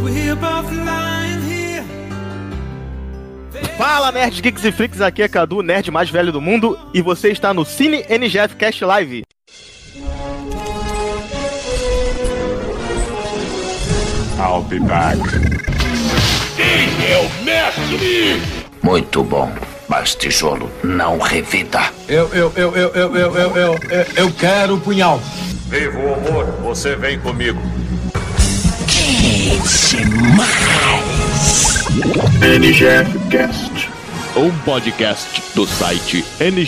Fala, nerds, geeks e freaks, aqui é Cadu, nerd mais velho do mundo, e você está no Cine NGF Cast Live. I'll be back. Quem é o mestre? Muito bom, mas tijolo não revida. Eu quero o punhal. Viva o amor, você vem comigo. Quente mais. NGF Cast. Um podcast do site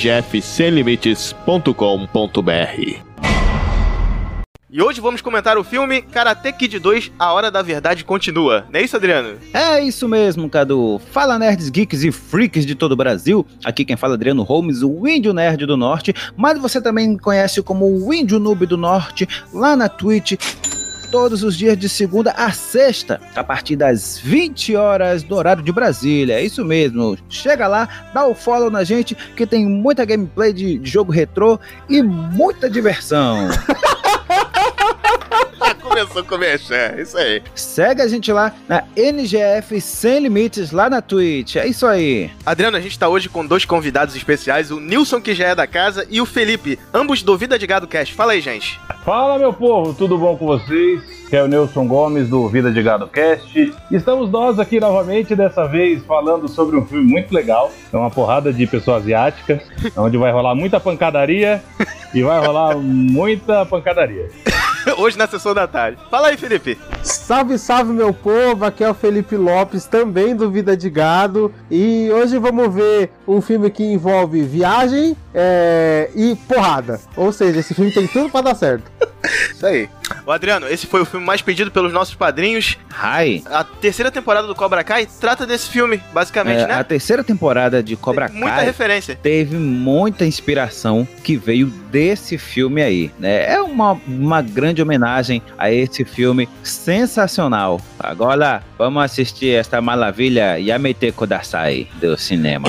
ngfsemlimites.com.br. E hoje vamos comentar o filme Karate Kid 2, A Hora da Verdade Continua. Não é isso, Adriano? É isso mesmo, Cadu. Fala, nerds, geeks e freaks de todo o Brasil. Aqui quem fala é Adriano Holmes, o Índio Nerd do Norte. Mas você também me conhece como o Índio Noob do Norte, lá na Twitch. Todos os dias de segunda a sexta, a partir das 20 horas do horário de Brasília. É isso mesmo. Chega lá, dá o follow na gente, que tem muita gameplay de jogo retrô e muita diversão. Começou a começar, isso aí. Segue a gente lá na NGF Sem Limites, lá na Twitch. É isso aí. Adriano, a gente tá hoje com dois convidados especiais, o Nilson, que já é da casa, e o Felipe, ambos do Vida de Gado Cast. Fala aí, gente. Fala, meu povo, tudo bom com vocês? Que é o Nilson Gomes do Vida de Gado Cast. Estamos nós aqui novamente, dessa vez falando sobre um filme muito legal. É uma porrada de pessoa asiática, onde vai rolar muita pancadaria e vai rolar muita pancadaria. Hoje na sessão da tarde. Fala aí, Felipe. Salve, salve, meu povo, aqui é o Felipe Lopes, também do Vida de Gado, e hoje vamos ver um filme que envolve viagem e porrada, ou seja, esse filme tem tudo pra dar certo. Isso aí. O Adriano, esse foi o filme mais pedido pelos nossos padrinhos. Hi. A terceira temporada do Cobra Kai trata desse filme, basicamente, né? A terceira temporada de Cobra Kai muita referência. Teve muita inspiração que veio desse filme aí, né? É uma grande homenagem a esse filme sensacional. Agora, vamos assistir esta maravilha Yamete Kudasai do cinema.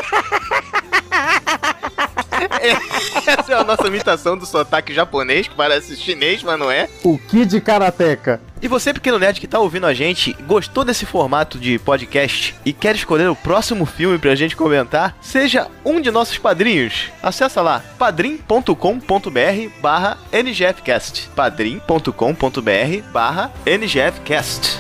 Essa é a nossa imitação do sotaque japonês, que parece chinês, mas não é. O Kid Karateka. E você, pequeno nerd que tá ouvindo a gente, gostou desse formato de podcast e quer escolher o próximo filme pra gente comentar? Seja um de nossos padrinhos. Acessa lá, padrim.com.br/ngfcast. padrim.com.br/ngfcast.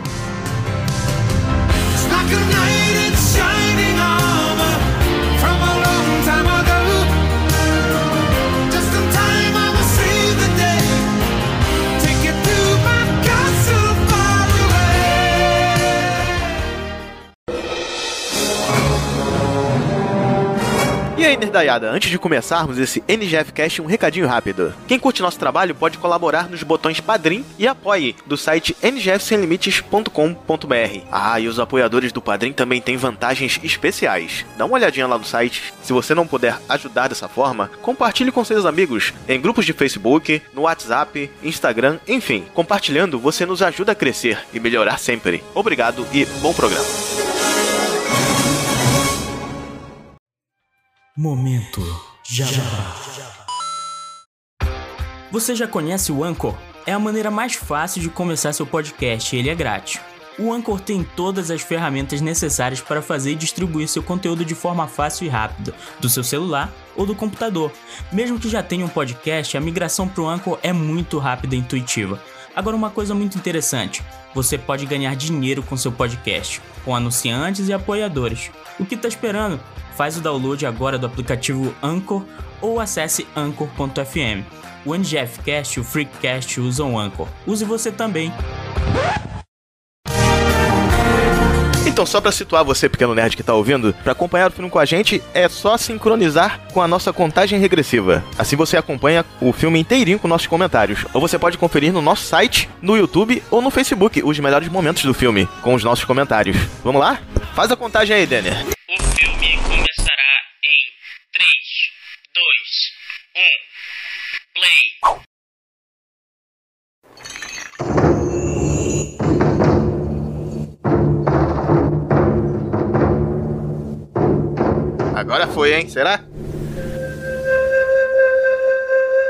E aí, nerdaiada, antes de começarmos esse NGF Cast, um recadinho rápido. Quem curte nosso trabalho pode colaborar nos botões Padrim e Apoie do site ngfsemlimites.com.br. Ah, e os apoiadores do Padrim também têm vantagens especiais. Dá uma olhadinha lá no site. Se você não puder ajudar dessa forma, compartilhe com seus amigos em grupos de Facebook, no WhatsApp, Instagram, enfim. Compartilhando, você nos ajuda a crescer e melhorar sempre. Obrigado e bom programa. Momento Jabá. Você já conhece o Anchor? É a maneira mais fácil de começar seu podcast e ele é grátis. O Anchor tem todas as ferramentas necessárias para fazer e distribuir seu conteúdo de forma fácil e rápida, do seu celular ou do computador. Mesmo que já tenha um podcast, a migração para o Anchor é muito rápida e intuitiva. Agora, uma coisa muito interessante, você pode ganhar dinheiro com seu podcast, com anunciantes e apoiadores. O que está esperando? Faz o download agora do aplicativo Anchor ou acesse anchor.fm. O NGF Cast e o Freakcast usam o Anchor. Use você também. Então, só pra situar você, pequeno nerd que tá ouvindo, pra acompanhar o filme com a gente, é só sincronizar com a nossa contagem regressiva. Assim você acompanha o filme inteirinho com nossos comentários. Ou você pode conferir no nosso site, no YouTube ou no Facebook os melhores momentos do filme, com os nossos comentários. Vamos lá? Faz a contagem aí, Denner. O filme começará em 3, 2, 1, play! Agora foi, hein? Será?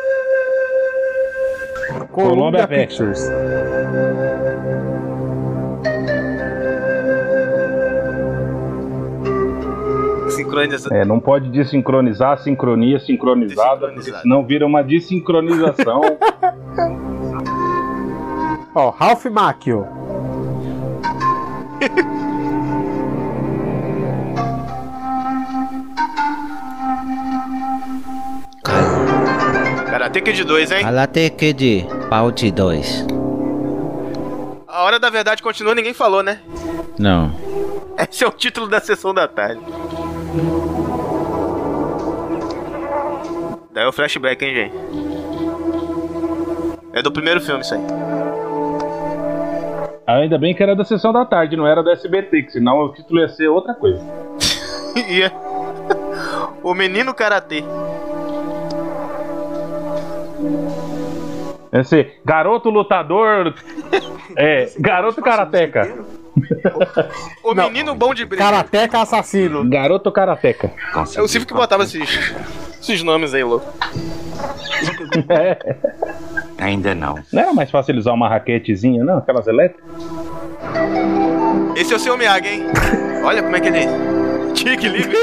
Columbia Pictures. Sincronizar. Não pode desincronizar, sincronia, sincronizada, porque senão vira uma desincronização. Ó, Ralph Macchio. Karate Kid 2, hein? Karate Kid, parte 2. A Hora da Verdade continua, ninguém falou, né? Não. Esse é o título da sessão da tarde. Daí é o flashback, hein, gente? É do primeiro filme isso aí. Ainda bem que era da sessão da tarde, não era do SBT, que senão o título ia ser outra coisa. Ia. O Menino Karatê. Esse garoto lutador. Garoto karateca. O Menino Bom de Briga. Karateca assassino. Garoto karateca. É o Silvio que botava esses nomes aí, louco. Ainda não. Não era mais fácil usar uma raquetezinha, não? Aquelas elétricas? Esse é o seu Miyagi, hein? Olha como é que ele tinha equilíbrio.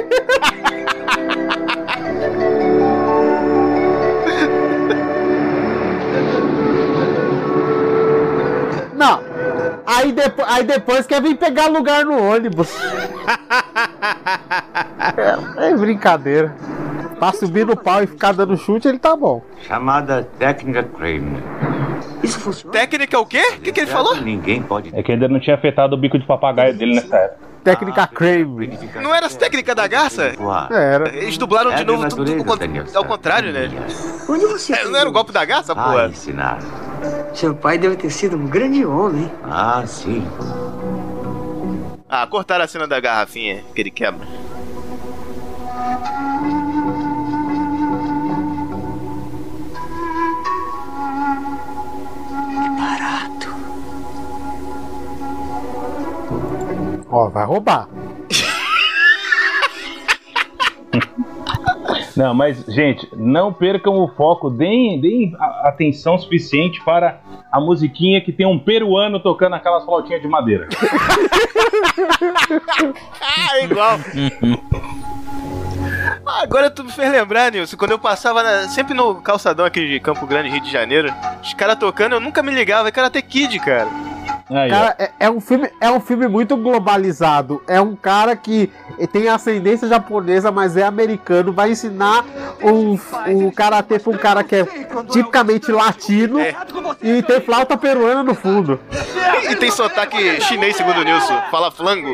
Não. Aí depois quer vir pegar lugar no ônibus. É brincadeira. Pra subir no pau e ficar dando chute, ele tá bom. Chamada técnica Crane. Isso funciona? Técnica o quê? O que ele falou? Ninguém pode. É que ainda não tinha afetado o bico de papagaio dele nessa época. Técnica Crane. Não era as técnicas da garça? Era. Eles dublaram de novo tudo ao contrário, né? Onde você não era o golpe da garça, porra? Ensinar. Seu pai deve ter sido um grande homem. Ah, sim. Ah, cortaram a cena da garrafinha que ele quebra. Barato. Ó, vai roubar. Não, mas, gente, não percam o foco, deem atenção suficiente para a musiquinha que tem um peruano tocando aquelas flautinhas de madeira. Igual. Agora tu me fez lembrar, Nilson, quando eu passava sempre no calçadão aqui de Campo Grande, Rio de Janeiro, os caras tocando, eu nunca me ligava, é Karate Kid, cara. Aí, cara, é um filme muito globalizado. É um cara que tem ascendência japonesa, mas é americano. Vai ensinar um karatê pra um cara que é tipicamente latino e tem flauta peruana no fundo. E tem sotaque chinês, segundo o Nilson. Fala flango.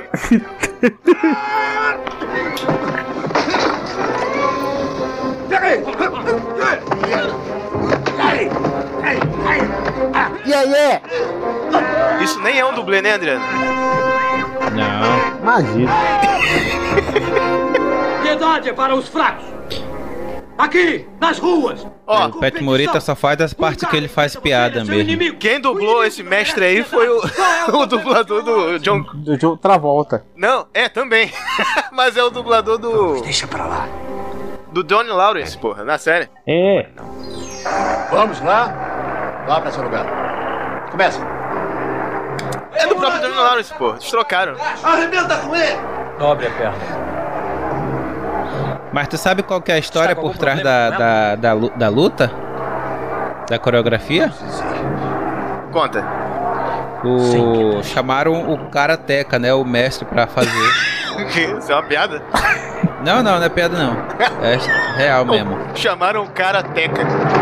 E aí? Isso nem é um dublê, né, Adriano? Não. Imagina. Piedade para os fracos. Aqui, nas ruas. Ó, o Pet Morita só faz as partes que ele faz piada mesmo. Quem dublou esse mestre aí foi o dublador do John... Do John Travolta. Não, também. Mas é o dublador do... Deixa pra lá. Do Johnny Lawrence, porra, na série. Vamos lá. Vá pra seu lugar. Começa. É do próprio Johnny Lawrence, porra. Eles trocaram. Arrebenta com ele. Dobre a perna. Mas tu sabe qual que é a história por trás da luta? Da coreografia? Conta. Chamaram o karateca, né? O mestre pra fazer. Isso é uma piada? Não é piada não. É real mesmo. Chamaram o karateca.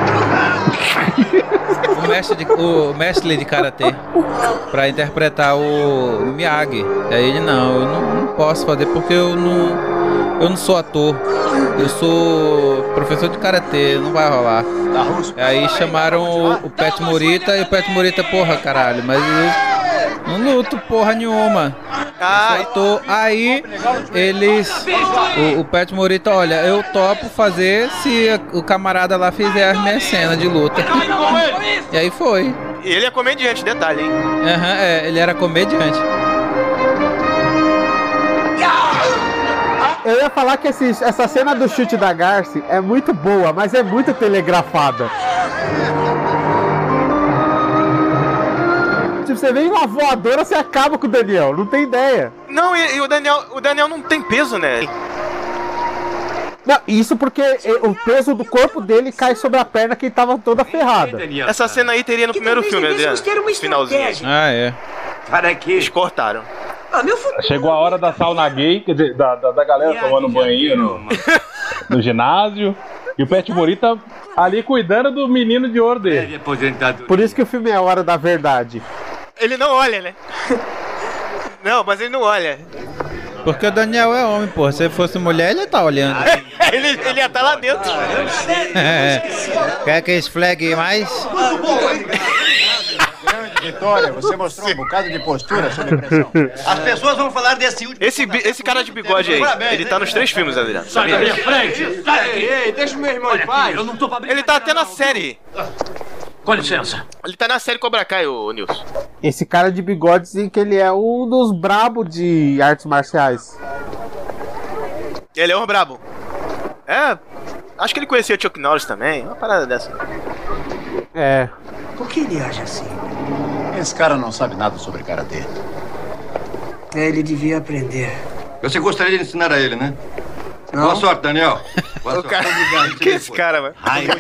O mestre de karatê pra interpretar o Miyagi. Aí ele eu não posso fazer porque eu não sou ator. Eu sou professor de karatê, não vai rolar. Aí chamaram o Pet Morita e o Pet Morita, porra, caralho, mas eu não luto porra nenhuma. Aí eles. O Pet Morita, olha, eu topo fazer se o camarada lá fizer as minhas cenas de luta. E aí foi. E ele é comediante, detalhe, hein? Ele era comediante. Eu ia falar que essa cena do chute da Garce é muito boa, mas é muito telegrafada. Tipo, você vem uma voadora, você acaba com o Daniel, não tem ideia. Não, e o Daniel não tem peso, né? Não, isso porque o peso do corpo dele cai sobre a perna que tava toda ferrada. Essa cena aí teria no primeiro filme, Adriano. Finalzinho. Ah, é. Para que Eles cortaram. Chegou a hora da sauna gay, quer dizer, da galera tomando um banho no ginásio. E o Pet Morita ali cuidando do menino de ouro dele. Por isso que o filme é a hora da verdade. Ele não olha, né? Não, mas ele não olha. Porque o Daniel é homem, pô. Se fosse mulher, ele tá olhando. ele ia estar lá dentro. Quer que esfregue mais? Vitória, você mostrou um bocado de postura sob pressão. As pessoas vão falar desse último... Esse cara de bigode aí, ele tá nos 3 filmes, Adriano. Sai da minha frente! Sai daqui! Ei, deixa o meu irmão em paz! Eu não tô pra brincar. Ele tá até na série. Com licença. Ele tá na série Cobra Kai, ô Nilson. Esse cara de bigode dizem que ele é um dos brabos de artes marciais. Ele é um brabo. É, acho que ele conhecia o Chuck Norris também, uma parada dessa. É. Por que ele age assim? Esse cara não sabe nada sobre karatê. Ele devia aprender. Você gostaria de ensinar a ele, né? Não. Boa sorte, Daniel. Boa sorte. Cara... Que esse cara, mano?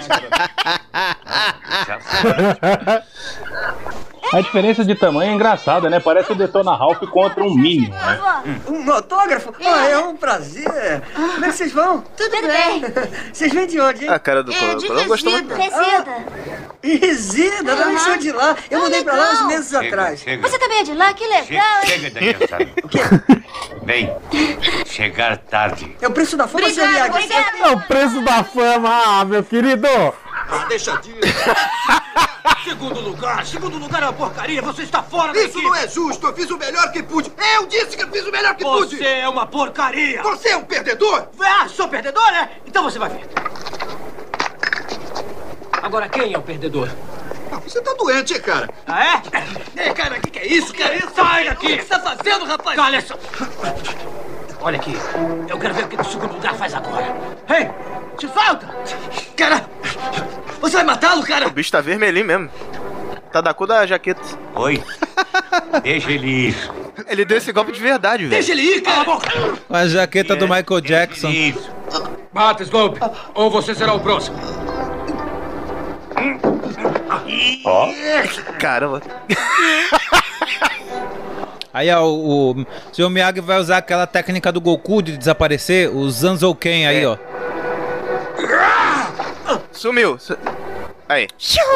A diferença de tamanho é engraçada, né? Parece o Detona Ralph contra um Minion, né? Um autógrafo? É um prazer. Como é que vocês vão? Tudo bem. Vocês vêm de onde, hein? A cara do Coro gostou muito. Resida, também sou de lá. Eu mudei pra lá uns meses atrás. Você também é de lá? Que legal, hein? Chega, Daniel. O quê? Bem, chegar tarde. É o preço da fama, seu Miyagi. É o preço da fama, meu querido. Deixa disso. Segundo lugar é uma porcaria. Você está fora daqui. Isso não é justo. Eu fiz o melhor que pude. Eu disse que eu fiz o melhor que pude. Você é uma porcaria. Você é um perdedor. Ah, sou perdedor, é? Então você vai ver. Agora quem é o perdedor? Você tá doente, cara. Ah, é? Ei, cara, o que é isso? Sai daqui! O que você tá fazendo, rapaz? Olha só. Olha aqui. Eu quero ver o que o segundo lugar faz agora. Ei, te falta! Cara, você vai matá-lo, cara? O bicho tá vermelhinho mesmo. Tá da cor da jaqueta. Oi. Deixa ele ir. Ele deu esse golpe de verdade, velho. Deixa ele ir, cala a boca! Com a jaqueta do Michael Jackson. Isso. Mata, Slope, ou você será o próximo. Ó. Caramba. Aí, ó, o Sr. Miyagi vai usar aquela técnica do Goku de desaparecer, o Zanzouken aí, ó. Sumiu. Aí.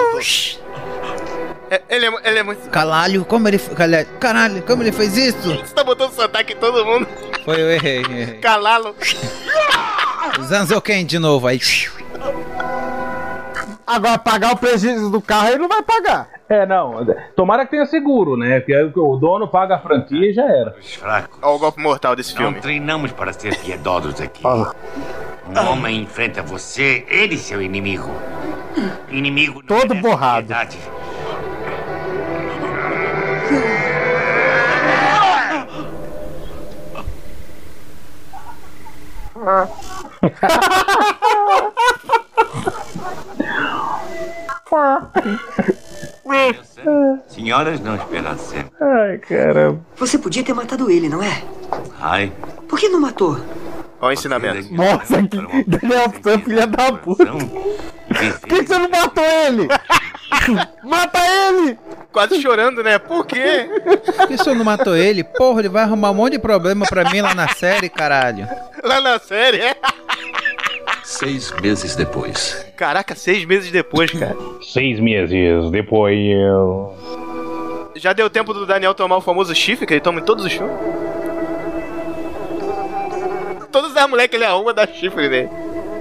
Ele é muito... Caralho, como ele fez isso? Você tá botando sotaque em todo mundo. Foi, eu errei. Calalo. Zanzouken de novo, aí. Agora, pagar o prejuízo do carro, ele não vai pagar. É, não. Tomara que tenha seguro, né? Porque o dono paga a franquia e já era. Os fracos. Olha o golpe mortal desse Não filme. treinamos para ser piedosos aqui. Um homem enfrenta você, ele seu inimigo. Inimigo não todo merece borrado. piedade. Senhoras não esperam sempre. Ai, caramba. Você podia ter matado ele, não é? Ai. Por que não matou? Olha o ensinamento. Nossa, que Daniel, você é filha da puta. Por que você não matou ele? Mata ele! Quase chorando, né? Por quê? Por que o senhor não matou ele? Porra, ele vai arrumar um monte de problema pra mim lá na série, caralho. Lá na série, é? 6 meses depois. Caraca, 6 meses depois, cara. 6 meses depois. Já deu tempo do Daniel tomar o famoso chifre que ele toma em todos os filmes? Todas as mulheres que ele arruma dá chifre nele.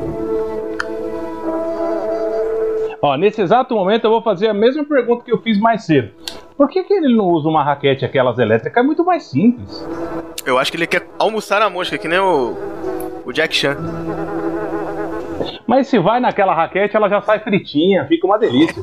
Ó, nesse exato momento eu vou fazer a mesma pergunta que eu fiz mais cedo. Por que ele não usa uma raquete aquelas elétricas? É muito mais simples. Eu acho que ele quer almoçar a mosca, que nem o Jack Chan. Mas se vai naquela raquete, ela já sai fritinha, fica uma delícia.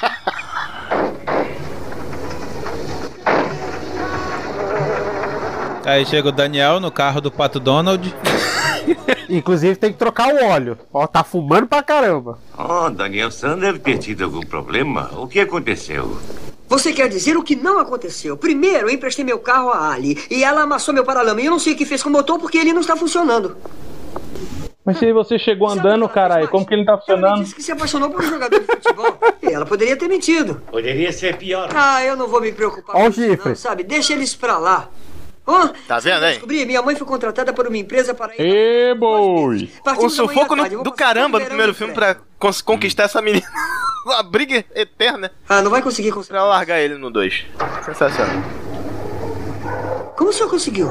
Aí chega o Daniel no carro do Pato Donald. Inclusive tem que trocar o óleo. Ó, tá fumando pra caramba. Oh, Daniel San deve ter tido algum problema. O que aconteceu? Você quer dizer o que não aconteceu? Primeiro, eu emprestei meu carro a Ali e ela amassou meu paralama. E eu não sei o que fez com o motor porque ele não está funcionando. Mas se você chegou andando, caralho, como que ele tá funcionando? Ela disse que se apaixonou por um jogador de futebol. E ela poderia ter mentido. Poderia ser pior. Ah, eu não vou me preocupar Ó o com isso, chifre. não, sabe? Deixa eles pra lá. Oh, Tá vendo, hein? descobri, minha mãe foi contratada por uma empresa para... Ê, boi! O sufoco do caramba no primeiro filme pra conquistar essa menina. Uma briga eterna. Ah, não vai conseguir construir. Pra largar ele no 2. Sensacional. Como o senhor conseguiu?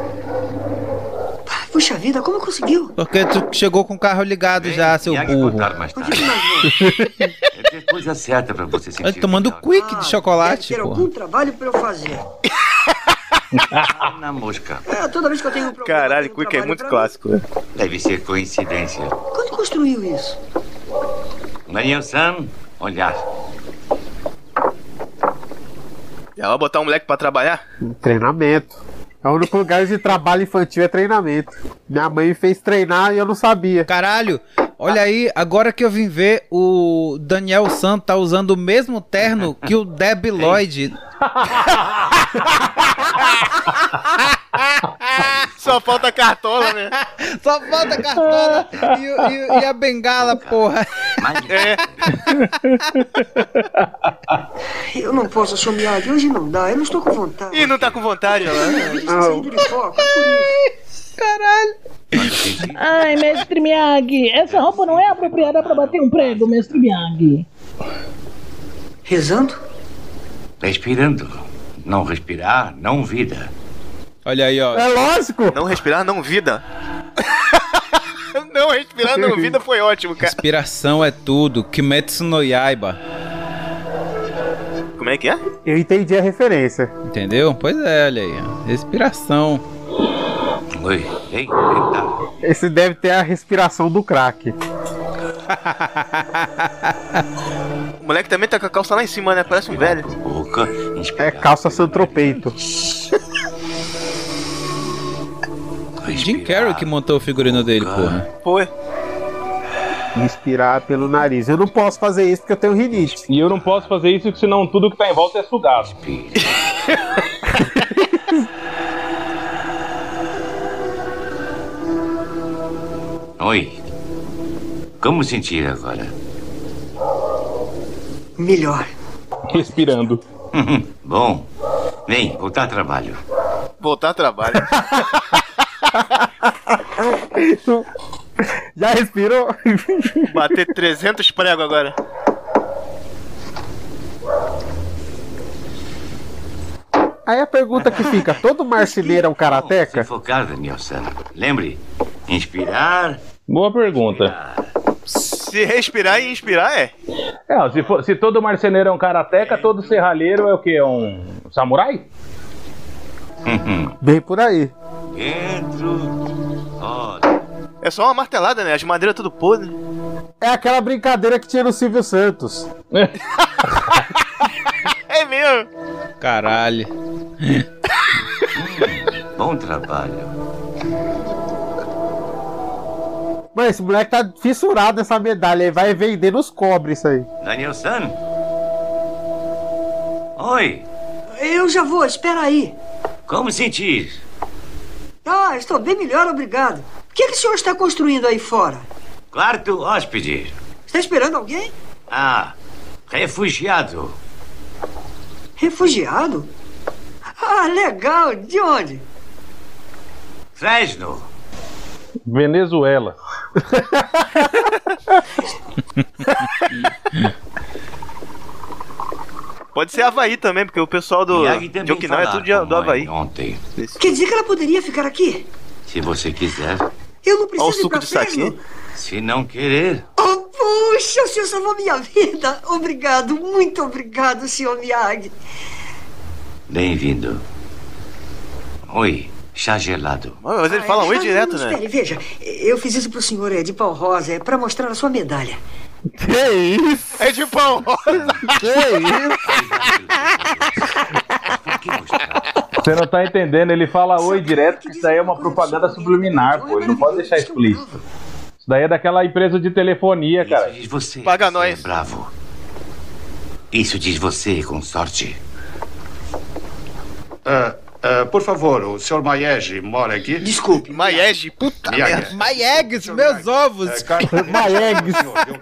Puxa vida, como conseguiu? Porque tu chegou com o carro ligado já, seu burro. Mais tarde. É coisa certa pra você sentir. Ele tomando quick de chocolate, Deve ter pô. algum trabalho pra eu fazer. Na mosca. É, toda vez que eu tenho um problema... Caralho, Quick é muito clássico, né? Deve ser coincidência. Quando construiu isso? Daniel-san, olhar. Já vai botar um moleque pra trabalhar? Treinamento. É o único lugar de trabalho infantil é treinamento. Minha mãe me fez treinar e eu não sabia. Caralho, olha aí, agora que eu vim ver, o Daniel San tá usando o mesmo terno que o Debi Lloyd. Só falta a cartola, né? Só falta a cartola e a bengala, porra. Eu não posso, Sr. Miyagi, hoje não dá, eu não estou com vontade. Ih, não tá com vontade, né? Saindo de foco, é por isso. Caralho. Ai, mestre Miyagi, essa roupa não é apropriada pra bater um prego, mestre Miyagi. Rezando? Respirando. Não respirar, não vida. Olha aí, ó. É lógico. Não respirar, não vida. Não respirar, não vida foi ótimo, cara. Inspiração é tudo. Kimetsu no Yaiba. Como é que é? Eu entendi a referência. Entendeu? Pois é, olha aí. Ó. Respiração. Oi, ei, tá. Esse deve ter a respiração do crack. O moleque também tá com a calça lá em cima, né? Parece um velho. Boca, É calça santropeito. Jim Carrey que montou o figurino dele, porra. Foi. Inspirar pelo nariz. Eu não posso fazer isso porque eu tenho rinite. E eu não posso fazer isso, senão tudo que tá em volta é sugado. Oi. Como sentir agora? Melhor. Respirando. Bom. Vem, voltar ao trabalho. Voltar ao trabalho. Já respirou? Bater 300 pregos agora. Aí a pergunta que fica, todo marceneiro é um karateca? Focar, Daniel-san. Lembre, inspirar. Boa pergunta. Se respirar e inspirar, é. Se todo marceneiro é um karateca, todo serralheiro é o quê? É um samurai? Bem por aí. É só uma martelada, né? As madeiras tudo podre. É aquela brincadeira que tinha no Silvio Santos. É mesmo. Caralho. Bom trabalho. Mas esse moleque tá fissurado nessa medalha. Ele vai vender nos cobres isso aí. Daniel-san? Oi. Eu já vou, espera aí. Como sentir? Ah, estou bem melhor, obrigado. O que o senhor está construindo aí fora? Quarto hóspede. Está esperando alguém? Ah, refugiado. Refugiado? Ah, legal. De onde? Fresno. Venezuela. Pode ser Havaí também, porque o pessoal de Okinawa é tudo do Havaí. Ontem. Quer dizer que ela poderia ficar aqui? Se você quiser. Eu não preciso Olha o suco ir pra de saque. Fresno. Se não querer. Oh, puxa, o senhor salvou minha vida. Obrigado, muito obrigado, senhor Miyagi. Bem-vindo. Oi, chá gelado. Mas ele fala oi direto, né? Espere, veja. Eu fiz isso pro senhor de pau rosa, é pra mostrar a sua medalha. Que isso? É de pau rosa. Que isso? Você não tá entendendo, ele fala oi direto, que isso daí é uma propaganda subliminar, pô. Ele não pode deixar explícito. Isso daí é daquela empresa de telefonia, cara. Isso diz você. Paga nós. É bravo. Isso diz você com sorte. Por favor, o senhor Maege mora aqui? Desculpe. Maege? Puta merda. My eggs, meus ovos. My eggs.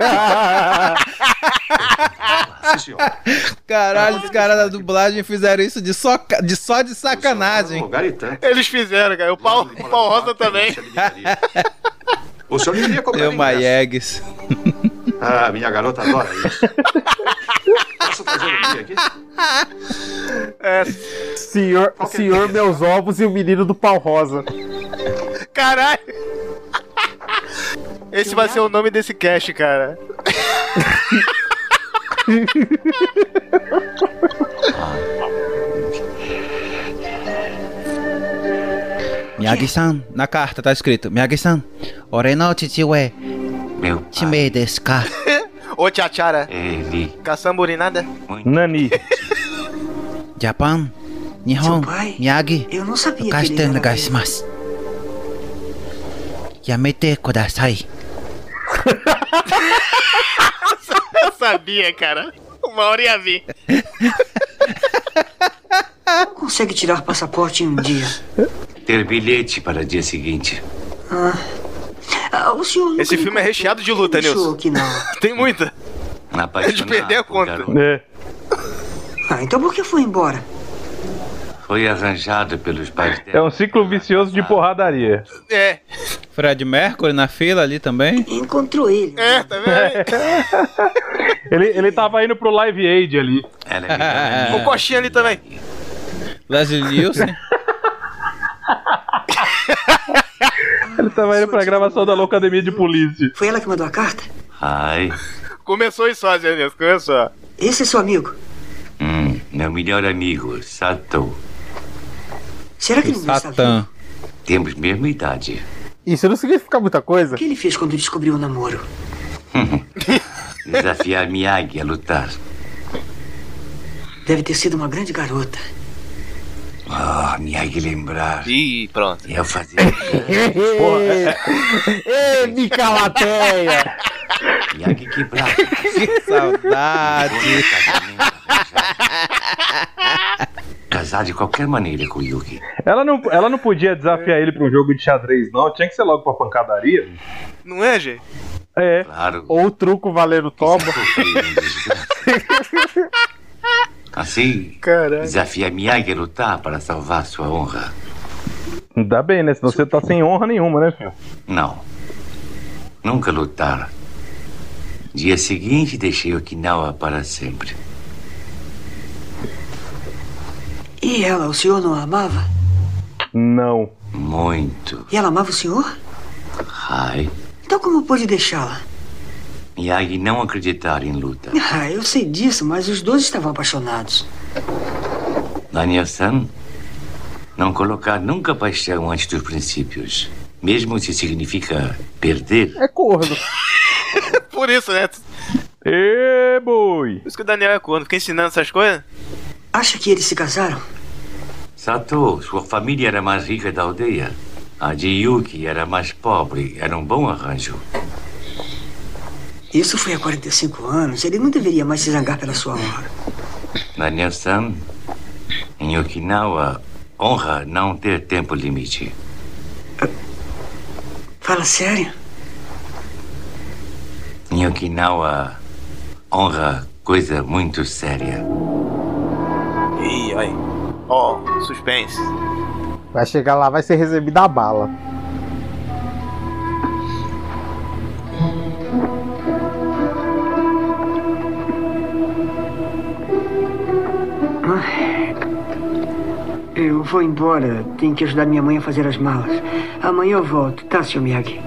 Sim, senhor. Caralho, os caras da dublagem fizeram isso de só de sacanagem. Garitã. Eles fizeram, cara. O pau rosa também. O senhor queria comprar Meu My eggs. Ah, minha garota adora isso. Posso fazer um dia aqui? Senhor meus ovos e o menino do pau rosa. Caralho. Esse vai ser o nome desse cast, cara. Miyagi-san, na carta tá escrito: Miyagi-san, ore no chichi we chimei desu ka? Ô, Tchachara. Ele. Caçamburi nada? Nani. Japan, Nihon, Miyagi, Eu não sabia que ele okashite era onegai shimasu. Yamete kudasai. Eu sabia, cara. Uma hora ia vir. Consegue tirar passaporte em um dia? Ter bilhete para o dia seguinte. O senhor nunca Esse me filme é recheado de luta, contou Nilson. que não. Tem muita. É de perder a conta. Então por que foi embora? Foi arranjado pelos pais dela. É um ciclo vicioso de porradaria. É. Fred Mercury na fila ali também. Encontrou ele. É, tá vendo? Ele tava indo pro Live Aid ali. O coxinha ali também. Leslie Nielsen. Ele tava indo pra gravação da Loucademia de Polícia. Foi ela que mandou a carta? Ai. Começou isso só, Zé Nilson. Começou. Esse é seu amigo? Meu melhor amigo, Sato. Será que ele não está vivo? Temos mesma idade. Isso não significa muita coisa. O que ele fez quando descobriu o namoro? Desafiar Miyagi a lutar. Deve ter sido uma grande garota. Miyagi lembrar. Ih, pronto. Eu fazer. Ê, Micalateia! Miyagi quebrar. Que saudade. Casar de qualquer maneira com o Yuki. Ela não podia desafiar ele pra um jogo de xadrez, não. Tinha que ser logo pra pancadaria. Não é, Gê? É. Claro. Ou o truco valendo toba. Assim, desafia Miyagi a lutar para salvar sua honra. Ainda bem, né? Senão você tá sem honra nenhuma, né, filho? Não. Nunca lutar. Dia seguinte, deixei Okinawa para sempre. E ela, o senhor não a amava? Não. Muito. E ela amava o senhor? Ai. Então como pôde deixá-la? Miyagi não acreditar em luta. Eu sei disso, mas os dois estavam apaixonados. Daniel-san, não colocar nunca paixão antes dos princípios. Mesmo se significa perder. É corno. Por isso, né? Ê, boi. Por isso que o Daniel é corno. Fica ensinando essas coisas. Acha que eles se casaram? Sato, sua família era mais rica da aldeia. A de Yuki era mais pobre. Era um bom arranjo. Isso foi há 45 anos. Ele não deveria mais se zangar pela sua honra. Daniel-san, em Okinawa, honra não ter tempo limite. Fala sério? Em Okinawa, honra coisa muito séria. Ih, olha. Ó, suspense. Vai chegar lá, vai ser recebido a bala. Eu vou embora. Tenho que ajudar minha mãe a fazer as malas. Amanhã eu volto, tá, Sr. Miyagi?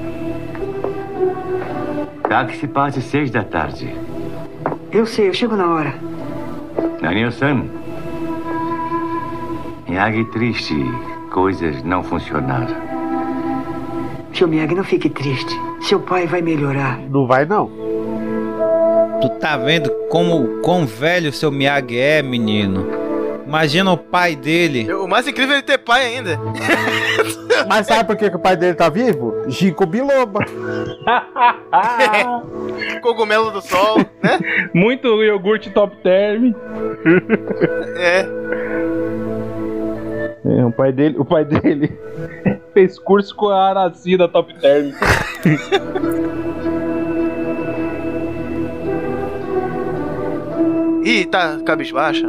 Táxi passe 6 da tarde. Eu sei, eu chego na hora. Daniel-san, Miyagi triste. Coisas não funcionaram. Sr. Miyagi, não fique triste. Seu pai vai melhorar. Não vai, não. Tu tá vendo quão velho o seu Miyagi é, menino? Imagina o pai dele. O mais incrível é ele ter pai ainda. Mas sabe por que o pai dele tá vivo? Ginkgo biloba. Cogumelo do sol, né? Muito iogurte top term. É. O pai dele fez curso com a Aracida Top Term. Ih, tá cabisbaixa.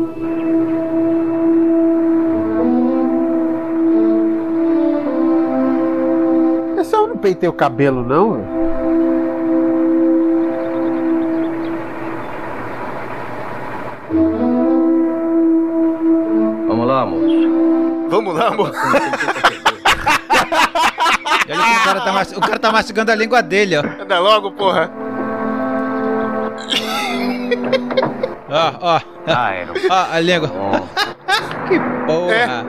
Esse eu não peitei o cabelo, não? Vamos lá, moço. Vamos lá, amor. E olha como o cara tá mastigando a língua dele, ó. Anda logo, porra. Ó. Ó, a língua. Que porra.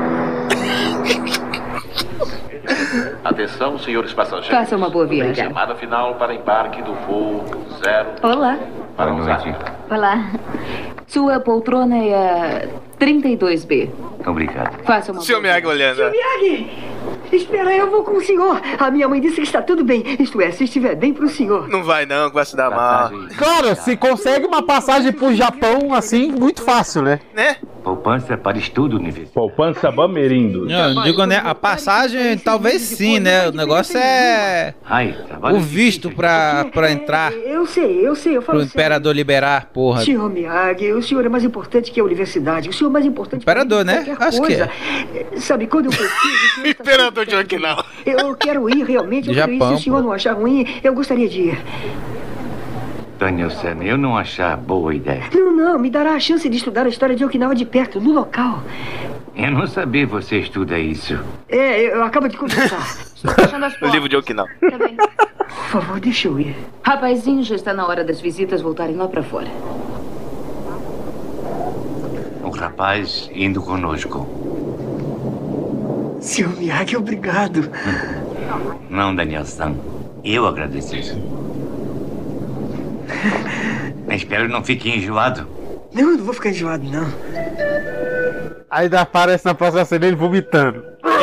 Atenção, senhores passageiros. Faça uma boa viagem. Chamada final para embarque do voo 0. Olá. Para noite. Olá. Sua poltrona é a 32B. Obrigado. Faça uma Seu Miyagi olhando. Seu Miyagi! Espera, eu vou com o senhor. A minha mãe disse que está tudo bem. Isto é, se estiver bem pro senhor. Não vai não, que vai se dar mal. Cara, se consegue uma passagem pro Japão assim, muito fácil, né? Né? Poupança para estudo universitário. Poupança Bamerindo. Não digo, né? A passagem talvez sim, né? O negócio é o visto pra entrar. Eu sei, eu Pro falo imperador liberar, porra. Senhor Miyagi, o senhor é mais importante que a universidade. O senhor é mais importante Imperador, que né? qualquer Acho que coisa. Sabe, quando eu preciso... Imperador de Okinawa. Eu quero ir realmente. Eu quero ir. Se o senhor não achar ruim, eu gostaria de ir. Daniel-san, eu não achar boa ideia. Não, me dará a chance de estudar a história de Okinawa de perto, no local. Eu não sabia que você estuda isso. Eu acabo de conversar. Estou fechando as O portas. livro de Okinawa. Tá bem. Por favor, deixa eu ir. Rapazinho, já está na hora das visitas voltarem lá pra fora. Um rapaz indo conosco. Senhor Miyagi, obrigado. Não, Daniel-san. Eu agradeço. Espero que não fique enjoado. Não, eu não vou ficar enjoado, não. Ainda aparece na próxima cena ele vomitando.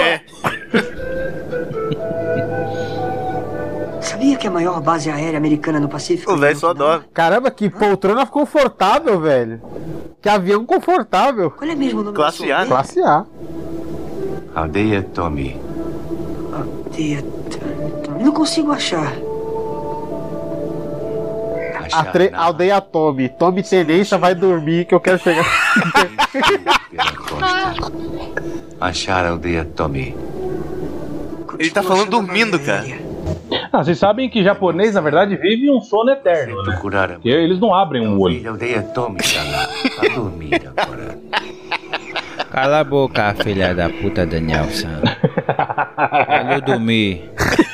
Sabia que a maior base aérea americana no Pacífico... O velho só adora. Caramba, que poltrona confortável, velho. Que avião confortável. Qual é mesmo o nome Classe A, né? Classe A. Aldeia Tommy. Aldeia Tommy. Não consigo achar. Aldeia Tommy. Tommy Tenência vai dormir que eu quero chegar. Achar a aldeia Tommy. Ele tá falando dormindo, cara. Vocês sabem que japonês, na verdade, vive um sono eterno, né? Porque eles não abrem um olho. Aldeia Tommy, vai dormir agora. Cala a boca, filha da puta, Daniel-san. Vai dormir.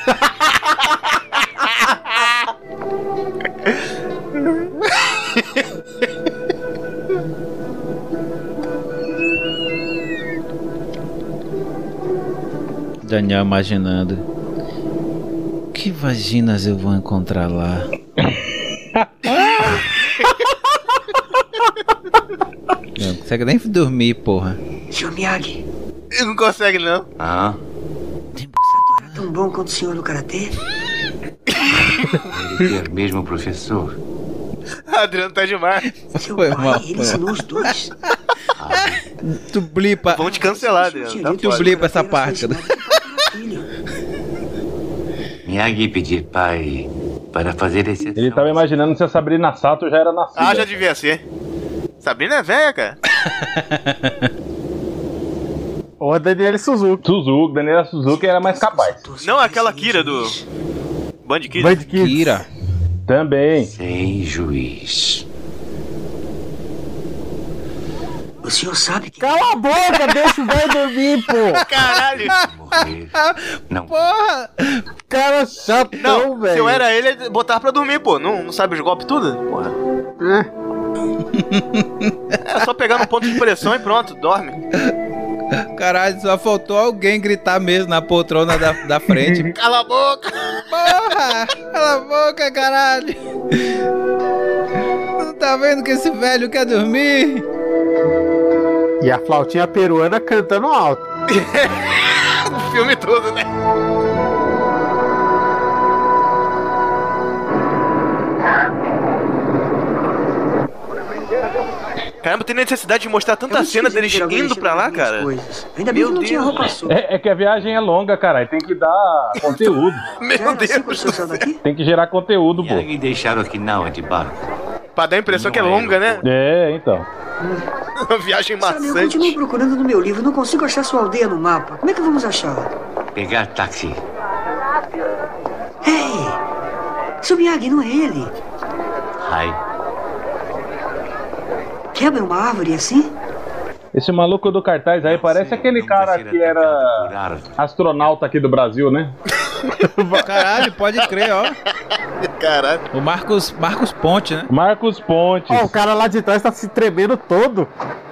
Daniel imaginando. Que vaginas eu vou encontrar lá? Não consegue nem dormir, porra. Senhor Miyagi. Ele não consegue, não. Ah? É tão bom quanto o senhor no karatê? Ele é mesmo professor. Adriano tá demais. Foi mal. Ele ensinou os dois. Tu blipa. Vão te cancelar, Adriano. Tá Tu blipa essa parte. Miyagi pedir pai para fazer esse. Ele tava imaginando se a Sabrina Sato já era nascida. Ah, já devia ser. Sabrina é velha, cara. Ou a Daniela Suzuki. Daniela Suzuki era mais capaz. Não, aquela Kira do Band Kids. Band Kids. Kira. Também. Sem juiz. O senhor sabe que... Cala a boca, deixa o velho dormir, pô. Caralho. Não. Porra. Cara chatão, velho. Se eu era ele, botar pra dormir, pô. Não sabe os golpes tudo? Porra. É só pegar no ponto de pressão e pronto, dorme. Caralho, só faltou alguém gritar mesmo na poltrona da frente. Cala a boca! Porra! Cala a boca, caralho! Não tá vendo que esse velho quer dormir? E a flautinha peruana cantando alto. O filme todo, né? Caramba, tem necessidade de mostrar tanta cena deles indo pra lá, cara? Ainda bem que não tinha roupa suja. É que a viagem é longa, cara. Tem que dar conteúdo. Meu Deus. Tem que gerar conteúdo, pô. E deixaram aqui não, de barco. Pra dar a impressão que é longa, né? É, então. Uma viagem Sabe, eu maçante. continuo procurando no meu livro, não consigo achar sua aldeia no mapa. Como é que vamos achá-la? Pegar táxi. Ei! Seu Miyagi, não é ele? Ai. Quebra uma árvore assim? Esse maluco do cartaz aí parece aquele cara que era astronauta aqui do Brasil, né? Caralho, pode crer, ó. Caralho. O Marcos Ponte, né? Marcos Pontes. Ó, o cara lá de trás tá se tremendo todo.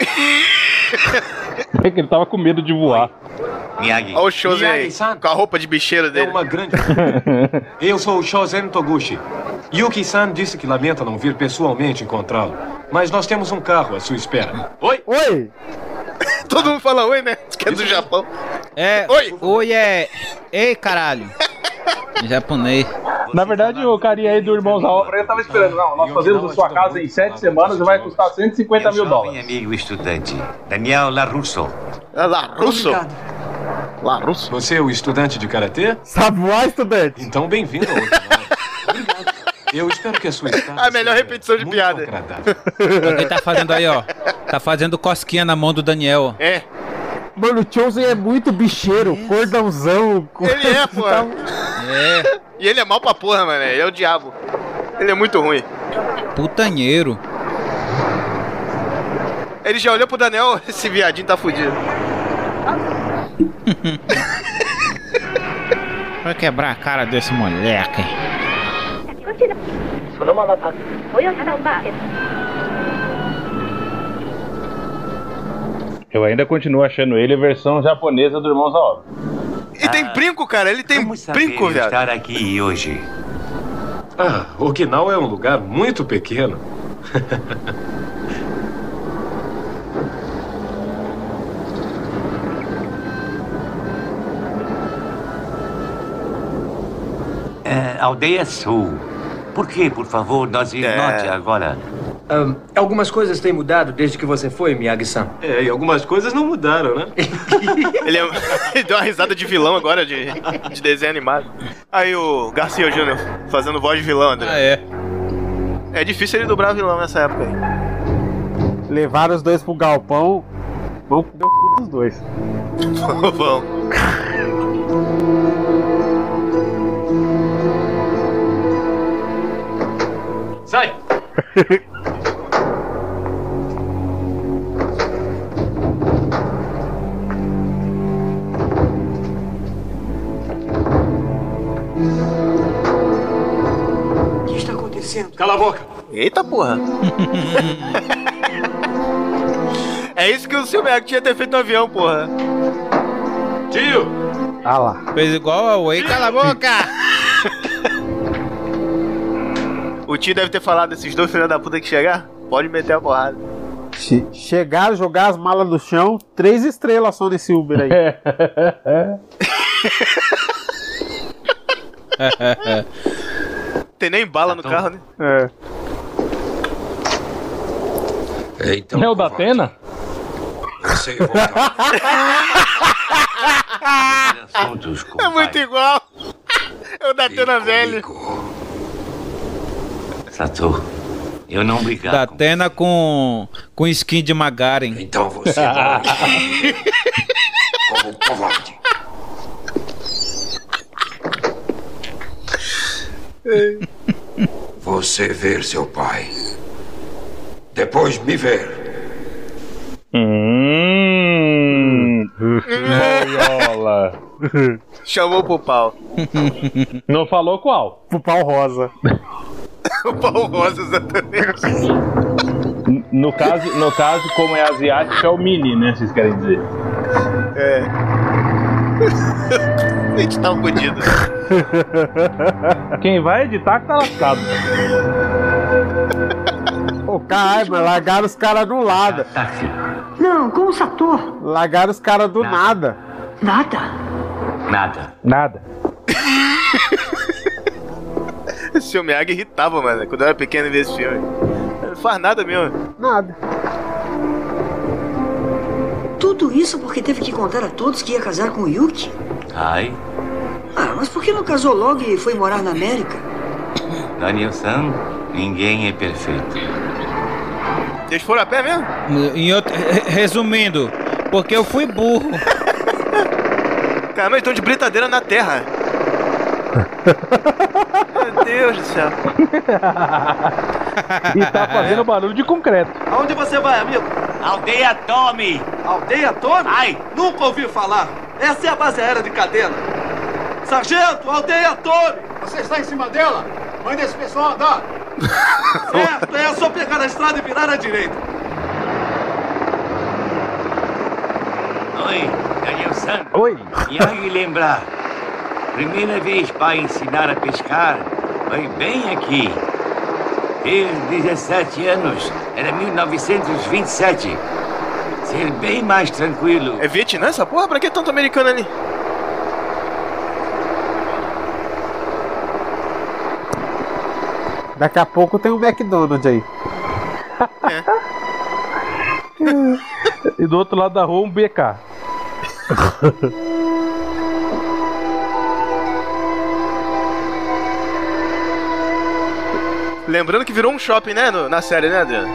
É que ele tava com medo de voar. Miyagi. Olha o Shozen aí, com a roupa de bicheiro dele. É uma grande... Eu sou o Shozen Toguchi. Yuki-san disse que lamenta não vir pessoalmente encontrá-lo. Mas nós temos um carro à sua espera. Oi? Oi! Todo mundo fala oi, né? Que é do Japão. É. Oi é. Ei, caralho. Em japonês. Na verdade, o carinha aí do Irmãos à Obra, eu tava esperando. Não, nós fazemos a sua casa em 7 semanas e vai custar $150 mil. Jovem amigo estudante, Daniel LaRusso. LaRusso? LaRusso? Você é o estudante de karatê? Sabe voar, estudante? Então, bem-vindo ao outro lado. Obrigado. Eu espero que a sua estada A melhor repetição de piada. Alguém tá fazendo aí, ó. Tá fazendo cosquinha na mão do Daniel. É. Mano, o Chosen é muito bicheiro, cordãozão. Ele é, pô. É. E ele é mal pra porra, mano. Ele é o diabo. Ele é muito ruim. Putanheiro. Ele já olhou pro Daniel, esse viadinho tá fudido. Vai quebrar a cara desse moleque. Eu ainda continuo achando ele a versão japonesa do Irmãos à Obra. E tem brinco, cara. Ele tem brinco, viado. Estar aqui hoje. Okinawa é um lugar muito pequeno. Aldeia Sul. Por que, por favor, nós note agora? Algumas coisas têm mudado desde que você foi, Miyagi-san. E algumas coisas não mudaram, né? Ele deu uma risada de vilão agora, de desenho animado. Aí o Garcia Júnior fazendo voz de vilão, André. Ah, é. É difícil ele dobrar vilão nessa época aí. Levaram os dois pro galpão. Vão comer o cu dos dois. Vão. Sai! O que está acontecendo? Cala a boca! Eita porra! É isso que o Silberg tinha que ter feito no avião, porra. Tio! Ah lá. Fez igual ao Wei. Cala a boca! O tio deve ter falado desses dois filhos da puta que chegar. Pode meter a porrada. Chegaram, jogar as malas no chão. 3 estrelas só nesse Uber aí. Tem nem bala no carro, né? Então, é o da Atena? Você volta. É muito igual. É o da Atena velho. Sato, eu não brigava. Da Atena com skin de Magaren. Então você vai como covarde. Você ver seu pai. Depois me ver. Boiola. Chamou pro pau. Não falou qual? Pro pau rosa. O pau rosa, exatamente. No caso, como é asiático, é o mini, né? Vocês querem dizer? É. A gente tá fudido. Quem vai editar que tá lascado. Ô, caralho, mas largaram os caras do lado. Não, como Sator? Largaram os caras do nada. Nada? Nada. Esse Miyagi irritava, mano. Quando eu era pequeno e via esse filme. Não faz nada mesmo. Nada. Tudo isso porque teve que contar a todos que ia casar com o Yuki? Ai, Ah, mas por que não casou logo e foi morar na América? Daniel-san, ninguém é perfeito. Vocês foram a pé mesmo? Resumindo, porque eu fui burro. Caramba, eles estão de britadeira na terra. Meu Deus do céu. E tá fazendo barulho de concreto. Aonde você vai, amigo? Aldeia Tommy! Aldeia Tommy? Ai! Nunca ouvi falar. Essa é a base aérea de Cadena. Sargento, Aldeia Tommy! Você está em cima dela? Manda esse pessoal andar. Certo, é só pegar a estrada e virar à direita. Oi, Daniel-san. Oi. E aí lembrar, primeira vez para ensinar a pescar foi bem aqui. Ter 17 anos, era 1927. Ser bem mais tranquilo. É Vietnã essa porra? Pra que tanto americano ali? Daqui a pouco tem um McDonald's aí. E do outro lado da rua um BK. Lembrando que virou um shopping, né, na série, né, Adriano?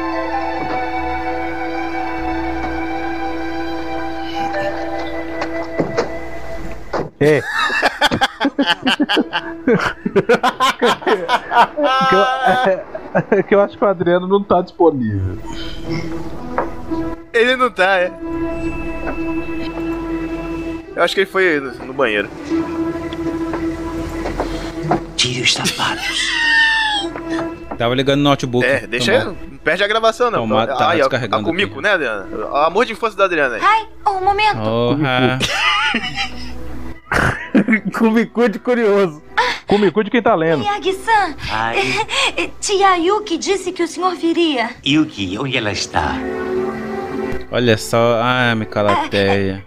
É. que eu acho que o Adriano não tá disponível. Ele não tá, é. Eu acho que ele foi no banheiro. Tire os sapatos. Tava ligando no notebook. É, deixa. Não perde a gravação, não. Tá Aí, descarregando a Kumiko, né, Adriana? O amor de infância da Adriana aí. Ai, um momento. Kumiko de curioso. Kumiko de quem tá lendo. Miyagi-san, tia Yuki disse que o senhor viria. Yuki, onde ela está? Olha só, me calateia.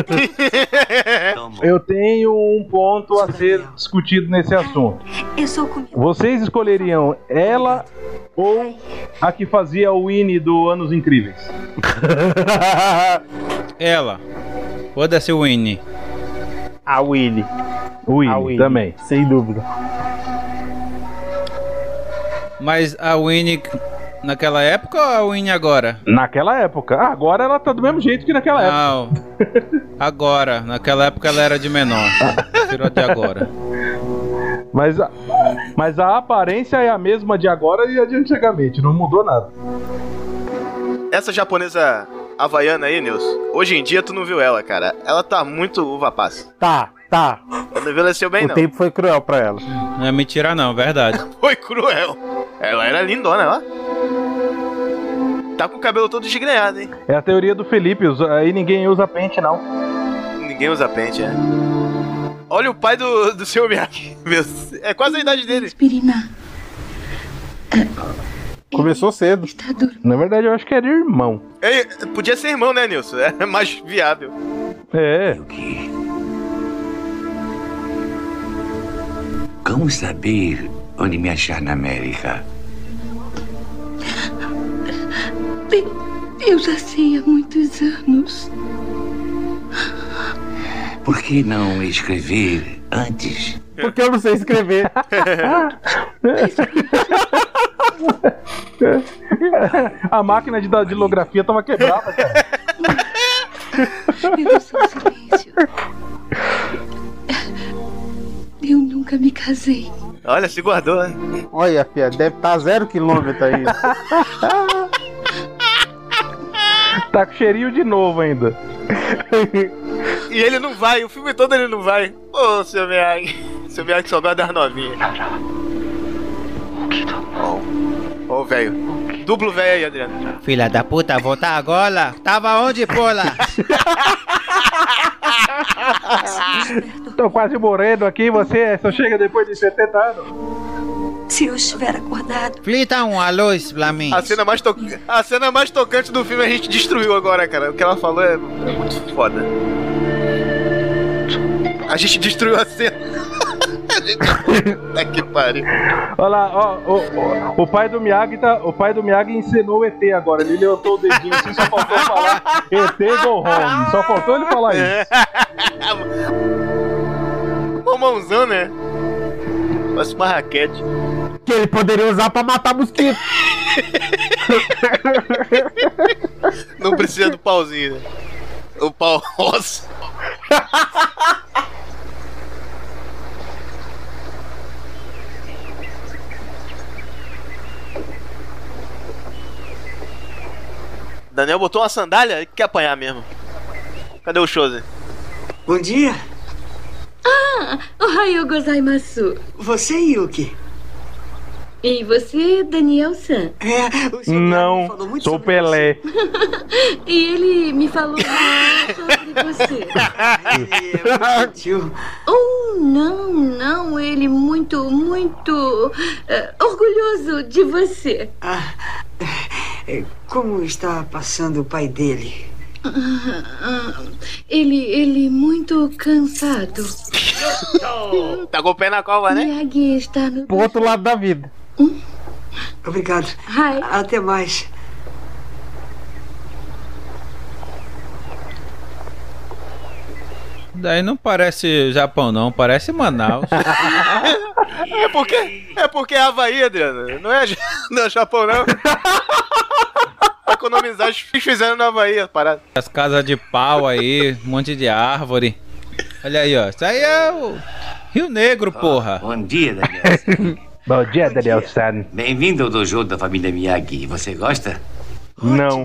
Eu tenho um ponto a ser discutido nesse assunto. Eu sou Kumiko. Vocês escolheriam ela ou a que fazia o Winnie do Anos Incríveis? Ela. Foda-se o Winnie. A Winnie. O Winnie também. Sem dúvida. Mas a Winnie naquela época ou a Winnie agora? Naquela época. Agora ela tá do mesmo jeito que naquela época. Não. Agora. Naquela época ela era de menor. Tirou de agora. Mas a aparência é a mesma de agora e a de antigamente. Não mudou nada. Essa japonesa havaiana aí, Nilson, hoje em dia tu não viu ela, cara. Ela tá muito uva passa. Tá. Ela não envelheceu bem, não. O tempo foi cruel pra ela. Não é mentira não, verdade. Foi cruel. Ela era lindona, ó. Tá com o cabelo todo desgrenhado, hein? É a teoria do Felipe, aí ninguém usa pente, não. Ninguém usa pente, é. Olha o pai do seu Miyagi. É quase a idade dele. Aspirina. Começou cedo. Na verdade, eu acho que era irmão. Podia ser irmão, né, Nilson? É mais viável. É. Como saber onde me achar na América? Eu já sei há muitos anos. Por que não escrever antes? Porque eu não sei escrever. A máquina de datilografia tava quebrada, cara. Eu sou silêncio. Eu nunca me casei. Olha, se guardou, né? Olha, filha, deve estar 0 quilômetro aí. Tá com cheirinho de novo ainda. E ele não vai, o filme todo ele não vai. Ô, seu Miyagi. Seu Miyagi só gosta das novinhas. Ó, o velho. Duplo velho aí, Adriano. Filha da puta, voltar agora? Tava onde, porra? Tô quase morrendo aqui, você só chega depois de 70 anos. Se eu estiver acordado. Flita um alô pra mim. A cena mais tocante do filme a gente destruiu agora, cara. O que ela falou é muito foda. A gente destruiu a cena. Tá que pariu. Olha lá, ó, o pai do Miyagi encenou o ET agora. Ele levantou o dedinho assim, só faltou falar ET go home. Só faltou ele falar isso. Uma mãozão, né? Parece uma raquete. Que ele poderia usar pra matar mosquito. Não precisa do pauzinho, né? O pau rosa. Daniel botou uma sandália e quer apanhar mesmo. Cadê o Shozen? Bom dia. Ohayou gozaimasu. Você, Yuki? E você, Daniel-san? O senhor Não, me falou muito sou sobre Pelé. E ele me falou muito sobre você. Não, ele muito orgulhoso de você. Como está passando o pai dele? Ele muito cansado. Tá com o pé na cova, né? Miyagi está no... Pro outro lado da vida. Obrigado. Hi. Até mais. Daí não parece Japão, não. Parece Manaus. É porque é Havaí, Adriano. Não é Japão, não. Pra economizar, os fizeram na Havaí a parada. As casas de pau aí, um monte de árvore. Olha aí, ó. Isso aí é o Rio Negro, porra. Bom dia, Daniel. Bom dia, Daniel-san. Bem-vindo ao dojo da família Miyagi. Você gosta? Não.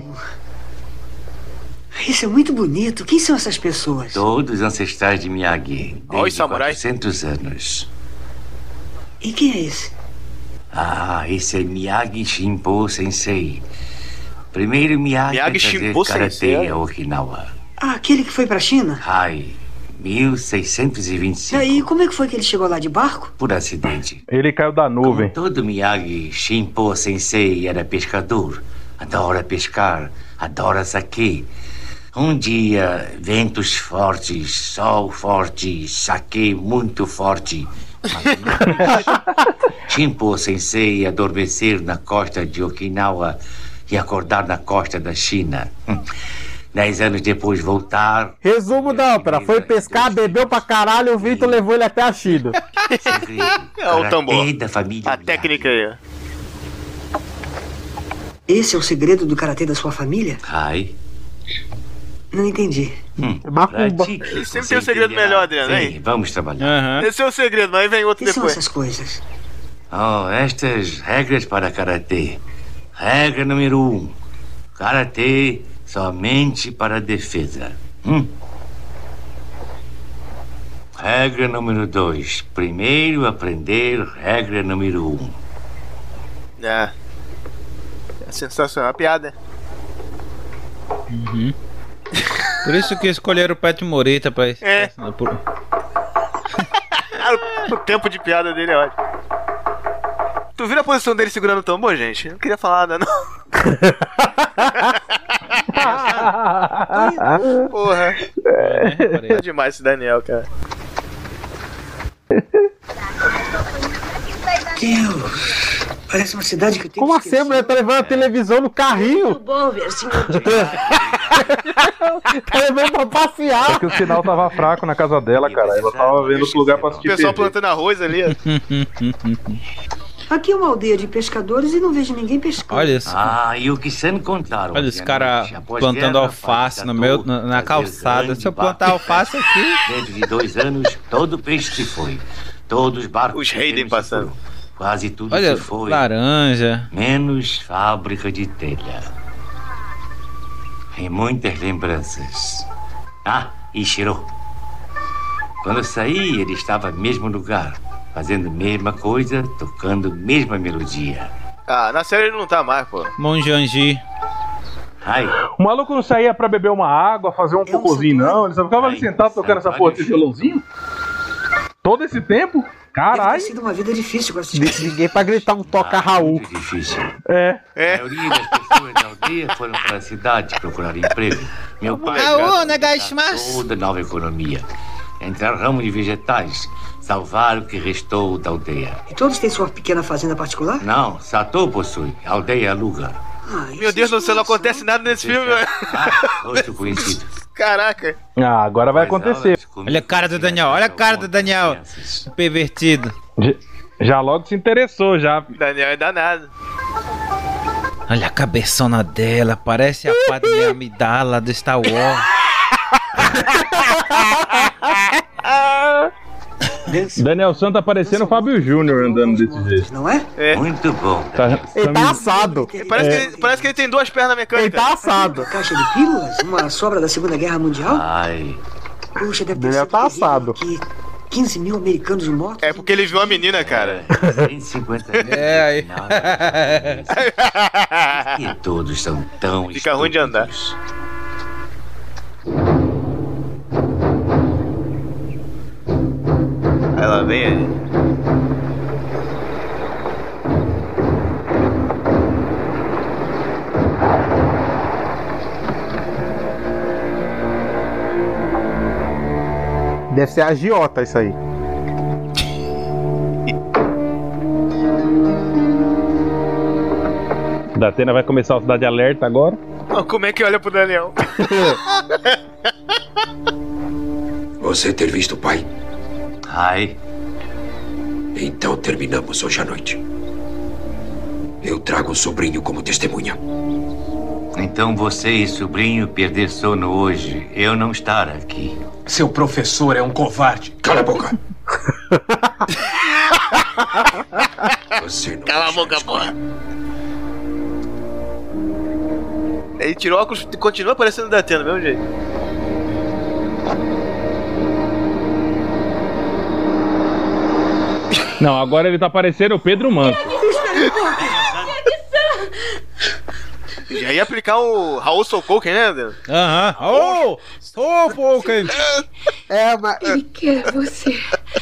Isso é muito bonito. Quem são essas pessoas? Todos ancestrais de Miyagi. Desde samurai. 400 anos. E quem é esse? Esse é Miyagi Shinpo Sensei. Primeiro Miyagi a fazer Shinpo karatê Sensei. a Okinawa. Aquele que foi pra China? 1625. E aí, como é que foi que ele chegou lá de barco? Por acidente. Ele caiu da nuvem. Todo Miyagi Shinpo Sensei era pescador. Adora pescar, adora saquê. Um dia, ventos fortes, sol forte, saquê muito forte. Shinpo Sensei adormecer na costa de Okinawa e acordar na costa da China. 10 anos depois voltar. Resumo da ópera: foi pescar, bebeu pra caralho, o Vitor levou ele até a China. É o tambor. Da família a técnica aí. Esse é o segredo do karatê da sua família? Não entendi. Macumba. Sempre tem um segredo melhor, Adriano, hein? Vamos trabalhar. Esse é o segredo, mas aí vem outro O que depois. são essas coisas? Estas regras para karatê. Regra número 1. Karatê somente para defesa. Regra número 2. Primeiro aprender regra número 1. É sensacional a piada. Por isso que escolheram o Pet Morita pra isso. O tempo de piada dele é ótimo. Tu viu a posição dele segurando o tambor, gente? Não queria falar nada, não. Porra. É demais esse Daniel, cara. Deus. Parece uma cidade que eu tenho Como assim, a mulher tá levando a televisão no carrinho? bom ver assim. Tá levando pra passear. É que o sinal tava fraco na casa dela, cara. Ela tava vendo outro lugar pra O assistir pessoal TV. plantando arroz ali, ó. Aqui é uma aldeia de pescadores e não vejo ninguém pescando. Olha isso. Yuki-san contaram. Olha os caras plantando alface no meio, na calçada. Se eu plantar alface aqui. Dentro de 2 anos, todo o peixe se foi. Todos os barcos. Os Hayden passando. Quase tudo Olha, se foi. laranja. Menos fábrica de telha. E muitas lembranças. E Shiro. Quando eu saí, ele estava no mesmo lugar. Fazendo a mesma coisa, tocando a mesma melodia. Na série ele não tá mais, pô. Monjanji. O maluco não saía pra beber uma água, fazer um cocôzinho, não. Ele só ficava ali sentado tocando essa porra desse violãozinho. Todo esse tempo? Caralho. Deve ter sido uma vida difícil com essa Ninguém pra gritar um toca Raul. Difícil. É. A maioria das pessoas da aldeia foram para a cidade procurar emprego. Meu pai Raul, negashimasu. toda a nova economia. entrar no ramo de vegetais, salvar o que restou da aldeia. E todos têm sua pequena fazenda particular? Não, Sato possui, a aldeia aluga. Meu Deus do céu, não acontece nada nesse filme, velho. Rosto conhecido. Caraca. Ah, agora vai acontecer. Olha a cara do Daniel, olha a cara do Daniel. Pervertido. Já logo se interessou, já. Daniel é danado. Olha a cabeçona dela, parece a Padmé Amidala do Star Wars. Daniel San tá parecendo o Fábio Júnior andando desse jeito. Não é? Muito bom. Ele tá assado. Parece que ele tem duas pernas mecânicas. Ele tá assado. Caixa de pílulas? Uma sobra da Segunda Guerra Mundial? Ai. Puxa, deve ter Daniel tá assado. que 15 mil americanos mortos. É porque ele viu a menina, cara. 150 mil. É, aí. E todos são tão Fica ruim de andar. Aí ela vem aí. Deve ser agiota isso aí. Da Atena vai começar o Cidade Alerta agora. Como é que olha pro Daniel? Você ter visto o pai? Ai. Então terminamos hoje à noite. Eu trago o sobrinho como testemunha. Então você e sobrinho perder sono hoje, eu não estar aqui. Seu professor é um covarde. Cala a boca. Você não Cala a boca, porra. Ele tirou óculos e continua aparecendo da Atena, do mesmo jeito. Não, agora ele tá parecendo o Pedro Manco. Já ia aplicar o Raul Sokoken, né, Adriano? Aham. Oh! Sokoken! Mas... Ele quer você.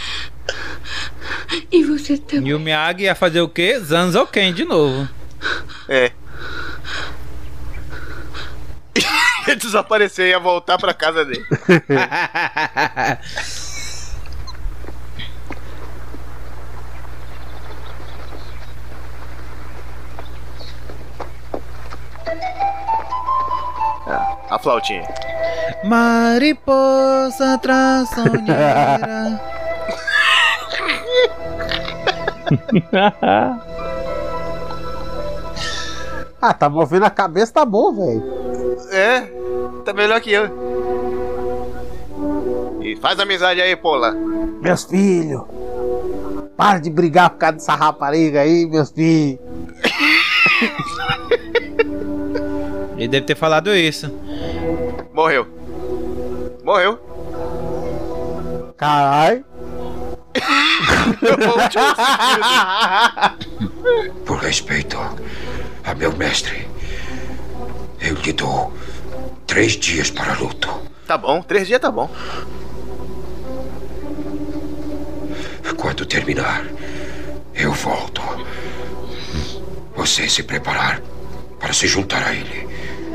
E você também. E o Miyagi ia fazer o quê? Zanzoken de novo. É. Ia desaparecer, ia voltar pra casa dele. A flautinha. Mariposa traçonheira. Tá movendo a cabeça, tá bom, velho. É, tá melhor que eu. E faz amizade aí, Pola. Meus filhos, para de brigar por causa dessa rapariga aí, meus filhos. Ele deve ter falado isso. Morreu. Morreu. Caralho. Por respeito a meu mestre, eu lhe dou 3 dias para luto. Tá bom, 3 dias tá bom. Quando terminar, eu volto. Você se preparar para se juntar a ele.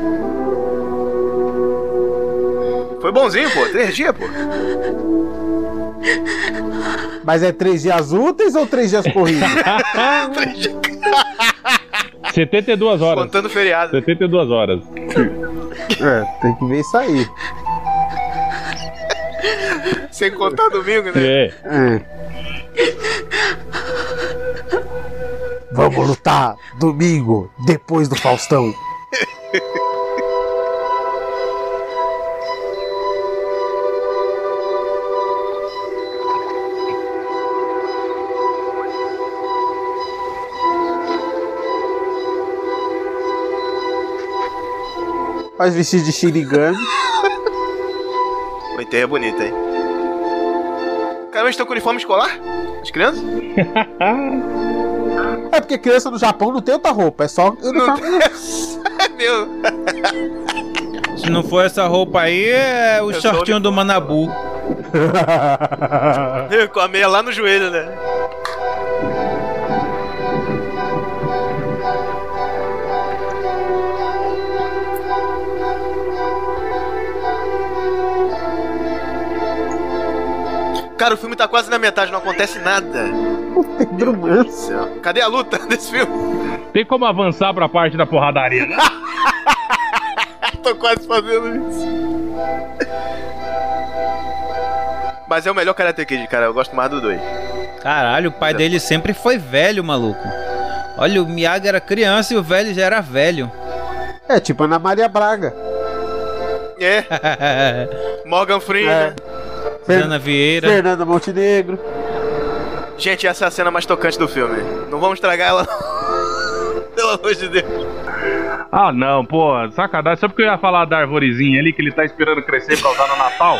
Foi bonzinho, pô. 3 dias, pô. Mas é 3 dias úteis ou 3 dias corridos? 3 dias. 72 horas. Contando feriado. 72 horas. Tem que ver isso aí. Sem contar domingo, né? É. Vamos lutar domingo, depois do Faustão. Faz vestido de Shinigami. O enterro é bonito, hein? Caramba, estão com uniforme escolar? As crianças? É porque criança no Japão não tem outra roupa, é só uniforme. É meu. Se não for essa roupa aí, é o shortinho do Manabu. Com a meia lá no joelho, né? Cara, o filme tá quase na metade, não acontece nada. Pedro Manso. Cadê a luta desse filme? Tem como avançar pra parte da porradaria, né? Tô quase fazendo isso. Mas é o melhor Karate Kid, cara. Eu gosto mais do 2. Caralho, o pai dele sempre foi velho, maluco. Olha, o Miyagi era criança e o velho já era velho. É, tipo Ana Maria Braga. É. Morgan Freeman, né? Fernanda Vieira. Fernanda Montenegro. Gente, essa é a cena mais tocante do filme. Não vamos estragar ela. Pelo amor de Deus. Ah, não, pô, sacanagem. Só porque eu ia falar da arvorezinha ali que ele tá esperando crescer pra usar no Natal.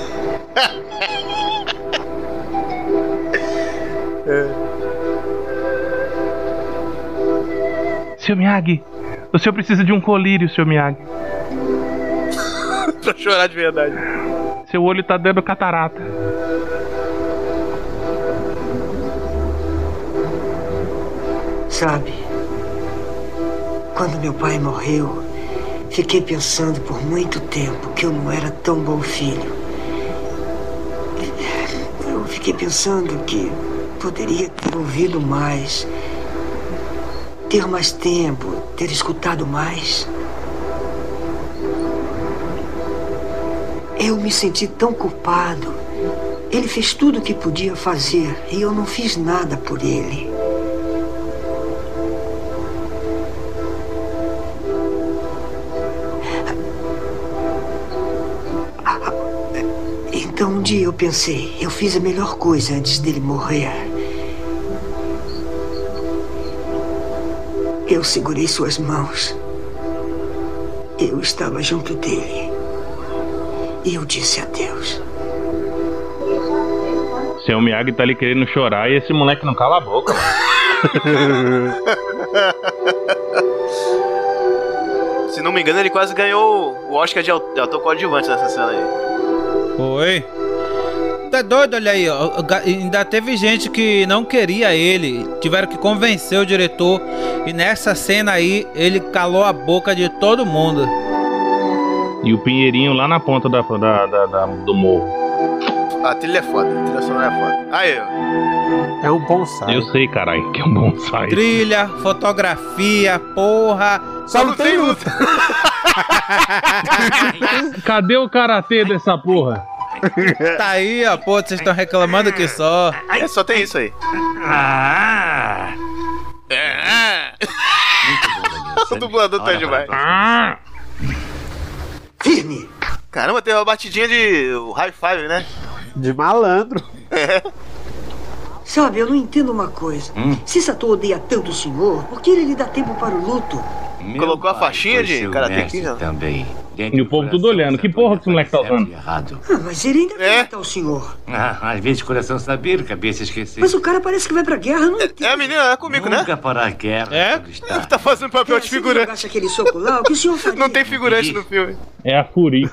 Seu Miyagi, o senhor precisa de um colírio, seu Miyagi. Pra chorar de verdade. Seu olho tá dando catarata. Sabe, quando meu pai morreu, fiquei pensando por muito tempo que eu não era tão bom filho. Eu fiquei pensando que poderia ter ouvido mais, ter mais tempo, ter escutado mais. Eu me senti tão culpado. Ele fez tudo o que podia fazer e eu não fiz nada por ele. Então um dia eu pensei, eu fiz a melhor coisa antes dele morrer. Eu segurei suas mãos. Eu estava junto dele. E eu disse adeus. Seu Miyagi tá ali querendo chorar e esse moleque não cala a boca, mano. Se não me engano, ele quase ganhou o Oscar de ator coadjuvante nessa cena aí. Foi. Tá doido, olha aí, ó. Ainda teve gente que não queria ele. Tiveram que convencer o diretor. E nessa cena aí, ele calou a boca de todo mundo. E o Pinheirinho lá na ponta do morro. A trilha é foda, a trilha sonora é foda. Aí, é um bonsai. Eu sei, caralho, que é um bonsai. Trilha, fotografia, porra. Só não tem luta. Cadê o karatê dessa porra? Tá aí, ó, pô, vocês estão reclamando que só. É, só tem isso aí. O dublador tá demais. Firme! Caramba, tem uma batidinha de high five, né? De malandro. Sabe, eu não entendo uma coisa. Se Sato odeia tanto o senhor, por que ele lhe dá tempo para o luto? Colocou a faixinha de Karate Kid também. E o povo tudo olhando. Que porra que esse moleque tá usando? Mas ele ainda acredita o senhor. Às vezes coração saber, cabeça esquecer. Mas o cara parece que vai pra guerra, não entendo. É a menina, é comigo, né? Nunca para a guerra. É? Ele tá fazendo papel de figurante. Acha aquele soco lá, o que o senhor faria? Não tem figurante no filme. É a Furi.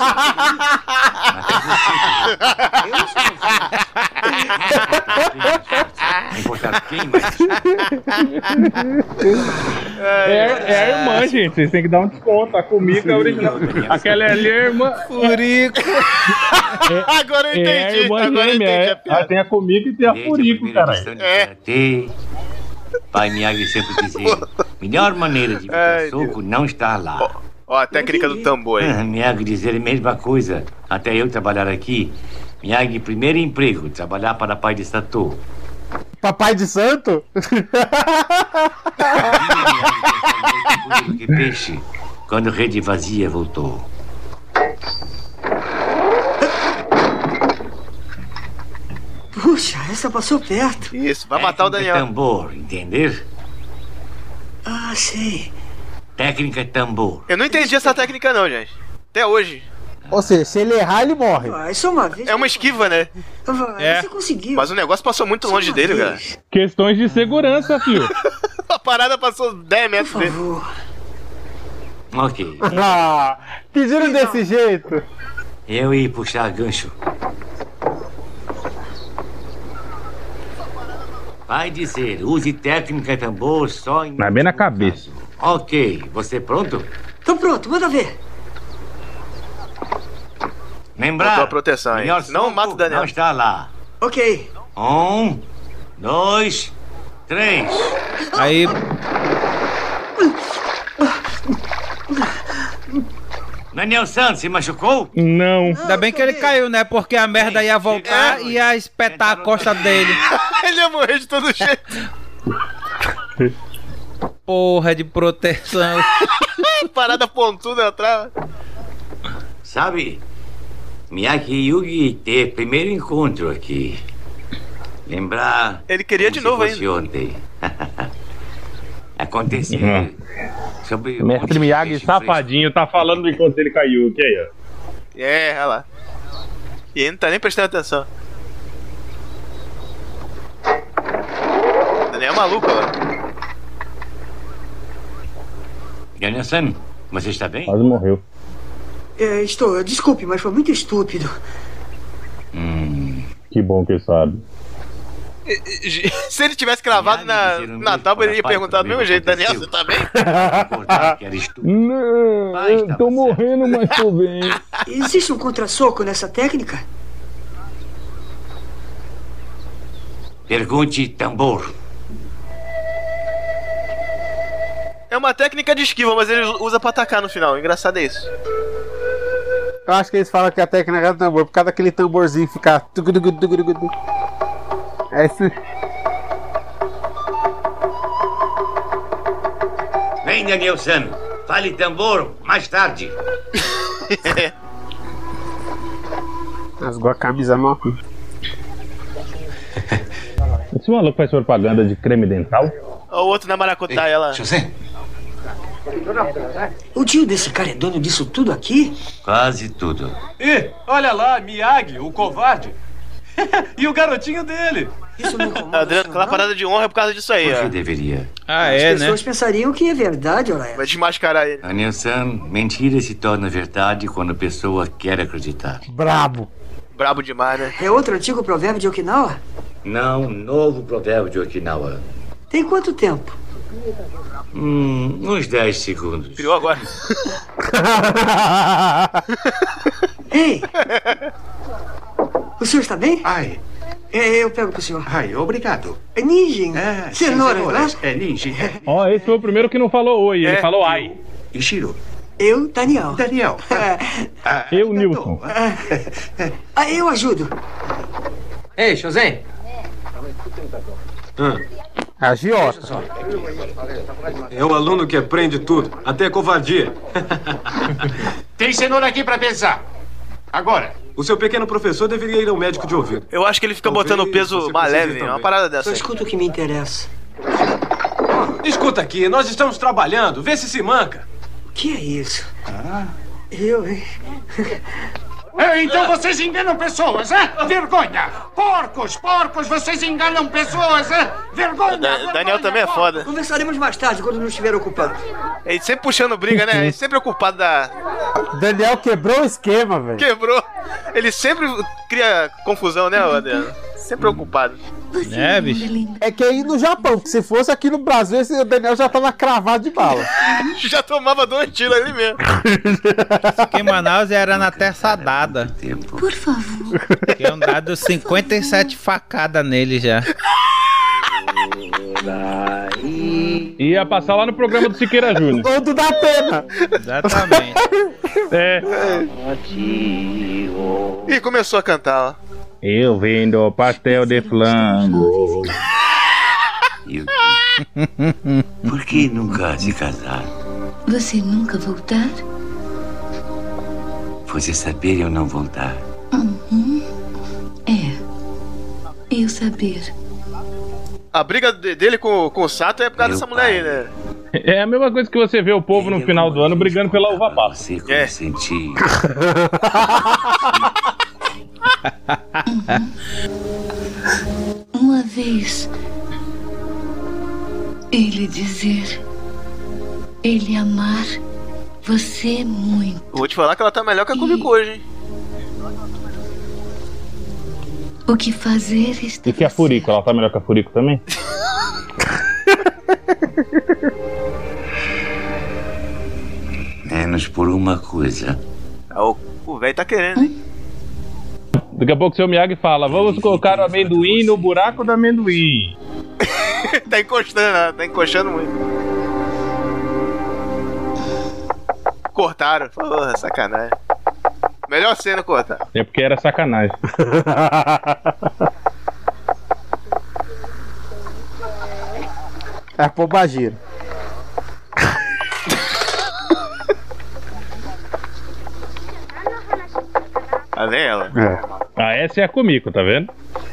É a irmã, gente. Vocês têm que dar um desconto. A comigo é original. Aquela ali é a irmã. Furico. Agora eu entendi. É a irmã gêmea. Tem a comigo e tem a Furico, caralho. Pai Miyagi sempre dizia: melhor maneira de evitar soco não está lá. Ó, a técnica do tambor aí. Miyagi dizer a mesma coisa. Até eu trabalhar aqui. Miyagi, primeiro emprego, trabalhar para pai de Sato. Papai de santo? Que peixe, quando rede vazia voltou. Puxa, essa passou perto. Isso, vai matar o Daniel. Tambor, entender? Ah, sei. Técnica tambor. Eu não entendi essa técnica não, gente. Até hoje. Ou seja, se ele errar, ele morre. Vai, só uma vez. É uma esquiva, né? Vai, você conseguiu. Mas o negócio passou muito longe dele, cara. Questões de segurança, filho. A parada passou 10 metros dele. Ok. Pediram desse jeito. Eu ia puxar gancho. Vai dizer, use técnica tambor só em... Mas bem na cabeça. Ok, você pronto? Tô pronto, manda ver. Lembrar, botou a proteção aí. Não mata o Daniel. Não está lá. Ok. 1, 2, 3. Aí. Daniel San, se machucou? Não. Ainda bem que ele caiu, né? Porque a merda ia voltar e ia espetar a costa dele. Ele ia morrer de todo jeito. Porra de proteção. Parada pontuda atrás. Sabe, Miyagi e Yugi ter primeiro encontro aqui. Lembrar... Ele queria de novo ainda. Ontem. Aconteceu. Sobre Mestre Miyagi, safadinho, tá falando do encontro dele com a Yuki aí, ó. É, olha lá. E ele não tá nem prestando atenção. Daniel é maluco, ó. Daniel-san, você está bem? Quase morreu. Estou. Desculpe, mas foi muito estúpido. Que bom que ele sabe. Se ele tivesse cravado na tábua, ele ia perguntar do mesmo jeito. Daniel, você tá bem? Não, eu tô morrendo, mas tô bem. Existe um contra-soco nessa técnica? Pergunte tambor. É uma técnica de esquiva, mas ele usa pra atacar no final. Engraçado é isso. Eu acho que eles falam que a técnica é do tambor, por causa daquele tamborzinho ficar... É isso. Vem, Daniel-san. Fale tambor mais tarde. Rasgou a camisa mal. Esse maluco faz propaganda de creme dental? O outro na maracutaia lá. José. O tio desse cara é dono disso tudo aqui? Quase tudo. Ih, olha lá, Miyagi, o covarde. E o garotinho dele. Isso não incomoda. Adriano, aquela parada de honra é por causa disso aí, Por que ó. deveria? As pessoas pensariam que é verdade, olha. Vai desmascarar ele. Daniel-san, mentira se torna verdade quando a pessoa quer acreditar. Brabo. Brabo demais, né? É outro antigo provérbio de Okinawa? Não, novo provérbio de Okinawa. Tem quanto tempo? Uns 10 segundos. Criou agora. Ei! O senhor está bem? Ai. Eu pego pro senhor. Ai, obrigado. É ninja. Cenoura, não é? É ninja. Ó, esse foi o primeiro que não falou oi, ele falou ai. Ishiro. Eu, Daniel. Daniel. Eu, Nilson. Eu ajudo. Ei, José. Agiota. É o aluno que aprende tudo, até covardia. Tem cenoura aqui pra pensar. Agora. O seu pequeno professor deveria ir ao médico de ouvido. Eu acho que ele fica botando o peso mais leve, é uma parada dessa. Só escuta o que me interessa. Escuta aqui, nós estamos trabalhando, vê se se manca. O que é isso? Então vocês enganam pessoas, Vergonha! Porcos, vocês enganam pessoas, Vergonha! Daniel também é foda. Conversaremos mais tarde, quando não estiver ocupado. Ele sempre puxando briga, né? Ele sempre ocupado da... Daniel quebrou o esquema, velho. Quebrou. Ele sempre cria confusão, né, Adriano? Sempre ocupado. É, bicho. É que aí no Japão, que se fosse aqui no Brasil, esse Daniel já tava cravado de bala. Já tomava 2 tiros ali mesmo. Aqui em Manaus era na terça dada. Por favor. Tinham dado 57 facadas nele já. Ia passar lá no programa do Siqueira Júnior. Ou do Da Pena. Exatamente. E começou a cantar, ó. Eu vendo pastel de flango. Por que nunca se casar? Você nunca voltar? Você saber eu não voltar. Eu saber. A briga dele com o Sato é por causa dessa mulher aí, né? É a mesma coisa que você vê o povo no final do ano brigando pela uva passa. Você consentir. Uma vez, ele dizer, ele amar você muito. Vou te falar que ela tá melhor que a Kumiko hoje, hein? O que fazer está... E que a Furico, ela tá melhor que a Furico também? Menos por uma coisa. O velho tá querendo, hein? Daqui a pouco o seu Miyagi fala, vamos colocar o amendoim no buraco do amendoim. Tá encostando muito. Cortaram. Porra, sacanagem. Melhor cena cortar. É porque era sacanagem. É bobageira. Olha ela. Ah, essa é a Kumiko, tá vendo?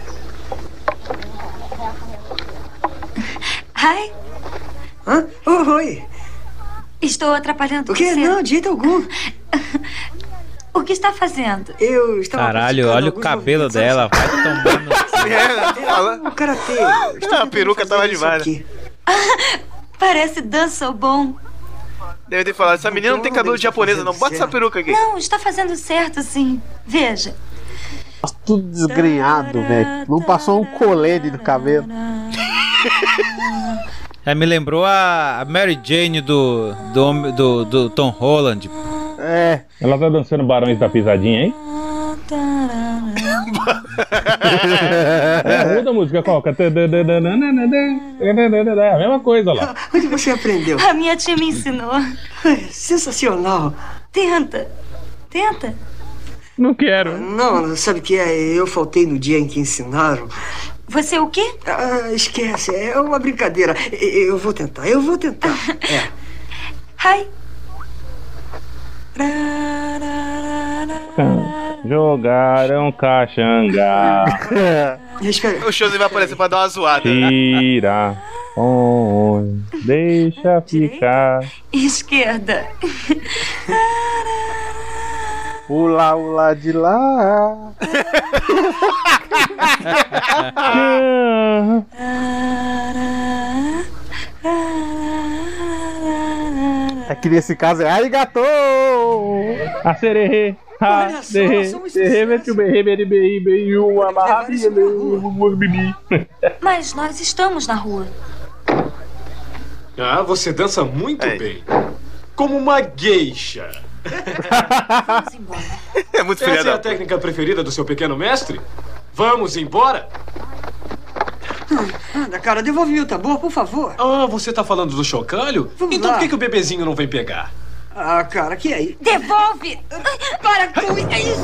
Ai, Oi. estou atrapalhando O quê? você. Não, de jeito algum. O que está fazendo? Eu estava Caralho, praticando olha o alguns cabelo movimentos, dela, vai tomando. o karatê. A peruca tava demais. Parece dança bom. Deve ter falado, essa menina não tem cabelo de japonesa, não. Bota essa peruca aqui. Não, está fazendo certo, sim. Veja. Tudo desgrenhado, velho. Não passou um colete no cabelo. Me lembrou a Mary Jane do Tom Holland. É. Ela tá dançando Barões da Pisadinha, hein? Muda a música, coloca. É a mesma coisa lá. Onde você aprendeu? A minha tia me ensinou. Sensacional. Tenta. Não quero. Não, sabe o que é? Eu faltei no dia em que ensinaram. Você o quê? Esquece, é uma brincadeira. Eu vou tentar. É. Ai. Jogaram caxanga. O showzinho vai aparecer pra dar uma zoada. Tira. Deixa ficar. Esquerda. Ula de lá. Aqui nesse caso é arigato. A sererê. Mas nós estamos na rua. Ah, você dança muito bem. Como uma geisha. Vamos embora. É muito filha Essa é a técnica preferida do seu pequeno mestre? Vamos embora? Anda, cara, devolve meu tambor, por favor. Ah, você tá falando do chocalho? Então lá. por que o bebezinho não vem pegar? Ah, cara, que é isso? Devolve! Para com isso!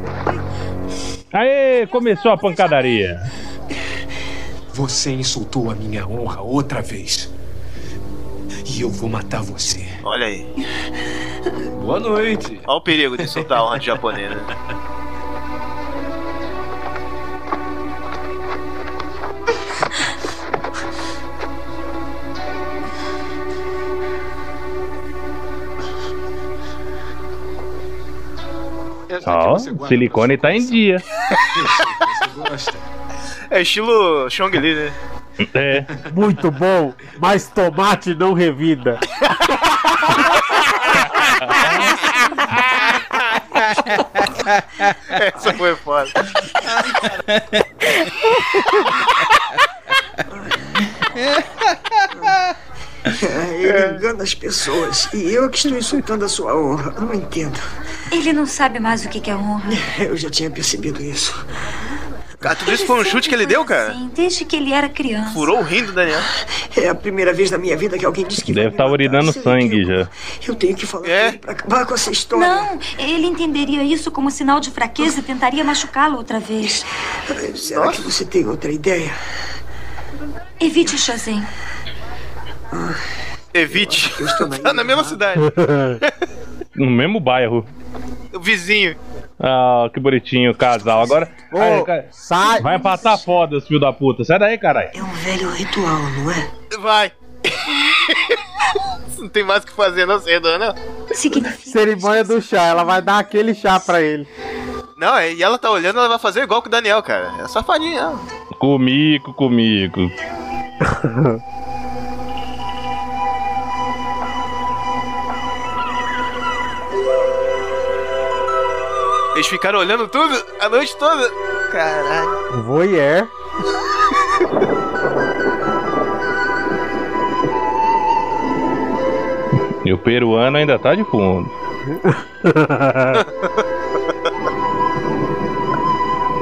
Aê, começou a pancadaria. Você insultou a minha honra outra vez. E eu vou matar você. Olha aí. Boa noite. Olha o perigo de soltar a honra de japonês, né? Ó, o silicone tá em dia. É estilo Chong Li, né? É. Muito bom, mas tomate não revida. Essa foi foda. Ele engana as pessoas e eu que estou insultando a sua honra. Não entendo. Ele não sabe mais o que é honra. Eu já tinha percebido isso. Cara, tudo isso foi um chute que ele deu, cara? Sim, desde que ele era criança. Furou o rim do Daniel. É a primeira vez na minha vida que alguém disse que deve estar urinando sangue já. Eu tenho que falar com ele pra acabar com essa história. Não, ele entenderia isso como sinal de fraqueza e tentaria machucá-lo outra vez. Será que você tem outra ideia? Evite o Shazam. Evite. Tá na mesma cidade. No mesmo bairro. O vizinho. Ah, que bonitinho o casal. Agora. Sai. Vai empatar foda, filho da puta. Sai daí, caralho. É um velho ritual, não é? Vai. Não tem mais o que fazer, não, cedo, não. Cerimônia do chá. Ela vai dar aquele chá pra ele. Não, e ela tá olhando, ela vai fazer igual com o Daniel, cara. É safadinha, ela. Comigo. Eles ficaram olhando tudo a noite toda. Caralho. Voyeur. E o peruano ainda tá de fundo.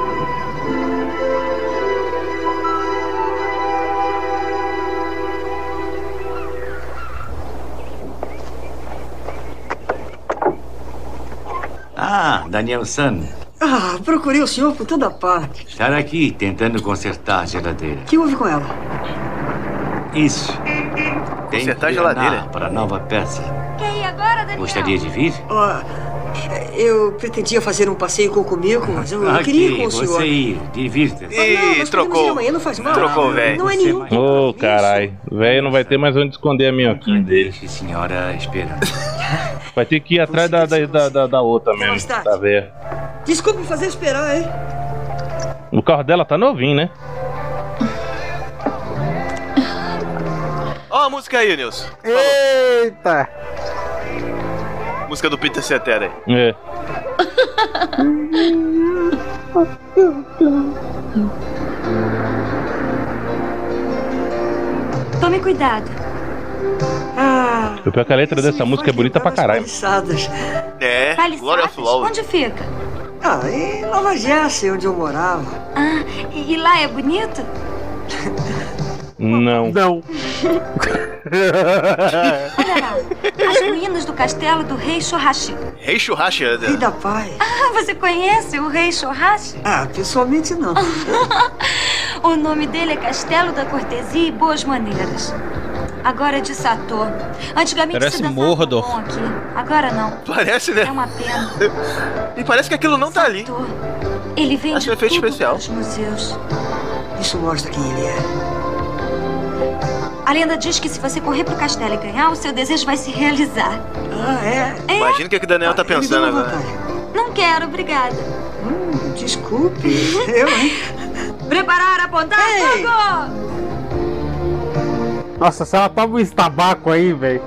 Ah, Daniel-san. Ah, procurei o senhor por toda parte. Estar aqui tentando consertar a geladeira. O que houve com ela? Isso. Consertar a geladeira? Para a nova peça. Quer ir agora, Daniel? Gostaria de vir? Eu pretendia fazer um passeio com o Comico, mas eu queria ir com o senhor. Você ir, divirta-se. Ih, trocou. Amanhã não faz mal. Trocou, velho. Não é nenhum. Ô, carai. Velho, não vai ter mais onde esconder a minhoquinha dele. Deixe a senhora esperando. Vai ter que ir atrás da outra mesmo, tá vendo? Desculpe me fazer esperar, hein? O carro dela tá novinho, né? Ó a música aí, Nilson. Eita! Música do Peter Cetera aí. É. Tome cuidado. O pior que a letra dessa música é bonita pra caralho. É, Glory of Love. Onde fica? Em Nova Jersey, onde eu morava. Ah, e lá é bonito? Não. Olha lá, as ruínas do castelo do rei Shohashi. Rei Shohashi, né? Rei da paz. Ah, você conhece o rei Shohashi? Pessoalmente não. O nome dele é Castelo da Cortesia e Boas Maneiras. Agora é de Sator. Antigamente Parece se dançava Mordor. bom aqui. Agora não. Parece, né? É uma pena. E parece que aquilo não tá ali. Ele vem Acho de efeito tudo especial. para os museus. Isso mostra quem ele é. A lenda diz que se você correr pro castelo e ganhar, o seu desejo vai se realizar. Imagina o que o Daniel tá pensando agora. Não quero, obrigada. Desculpe. Eu, hein? Preparar, apontar, fogo! Nossa, se ela toma um tabaco aí, velho.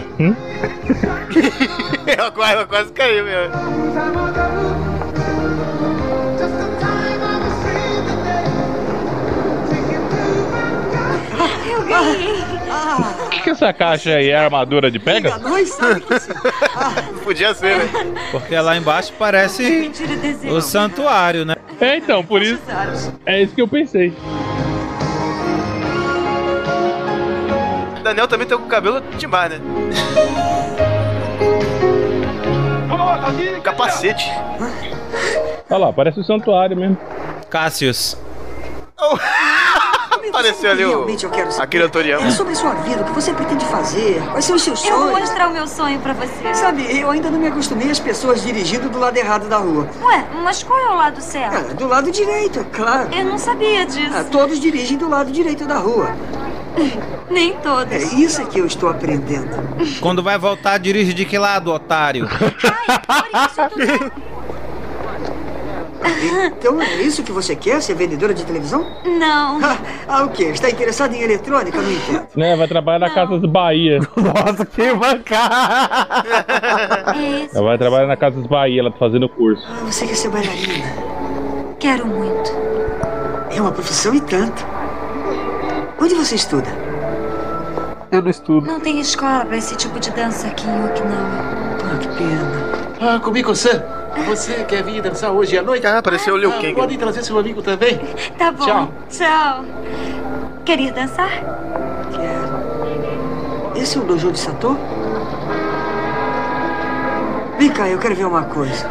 Eu quase caí, meu. Eu ganhei. O que essa caixa aí é armadura de pega? Podia ser, né? Porque lá embaixo parece o santuário, né? É, então, por isso. É isso que eu pensei. O Daniel também tá com o cabelo demais, né? Capacete. Olha lá, parece o santuário mesmo. Cassius. Apareceu ali Akira Toriyama. É sobre sua vida, o que você pretende fazer, quais são os seus sonhos. Eu vou mostrar o meu sonho pra você. Sabe, eu ainda não me acostumei às pessoas dirigindo do lado errado da rua. Ué, mas qual é o lado certo? Do lado direito, é claro. Eu não sabia disso. Todos dirigem do lado direito da rua. Nem todos. É isso que eu estou aprendendo. Quando vai voltar, dirige de que lado, otário? Então é isso que você quer, ser vendedora de televisão? Não. O quê? Está interessado em eletrônica? Não entendo. Né, vai trabalhar na Casas Bahia. Nossa, que bancada! Ela vai trabalhar na Casas Bahia, ela tá fazendo curso. Você quer ser bailarina? Quero muito. É uma profissão e tanto. Onde você estuda? Eu não estudo. Não tem escola pra esse tipo de dança aqui em Okinawa. Que pena. Comigo-san. Você quer vir dançar hoje à noite? Apareceu o Liu Kang. Pode trazer seu amigo também. Tá bom. Tchau. Tchau. Quer ir dançar? Quero. Esse é o dojo de Sator? Vem cá, eu quero ver uma coisa.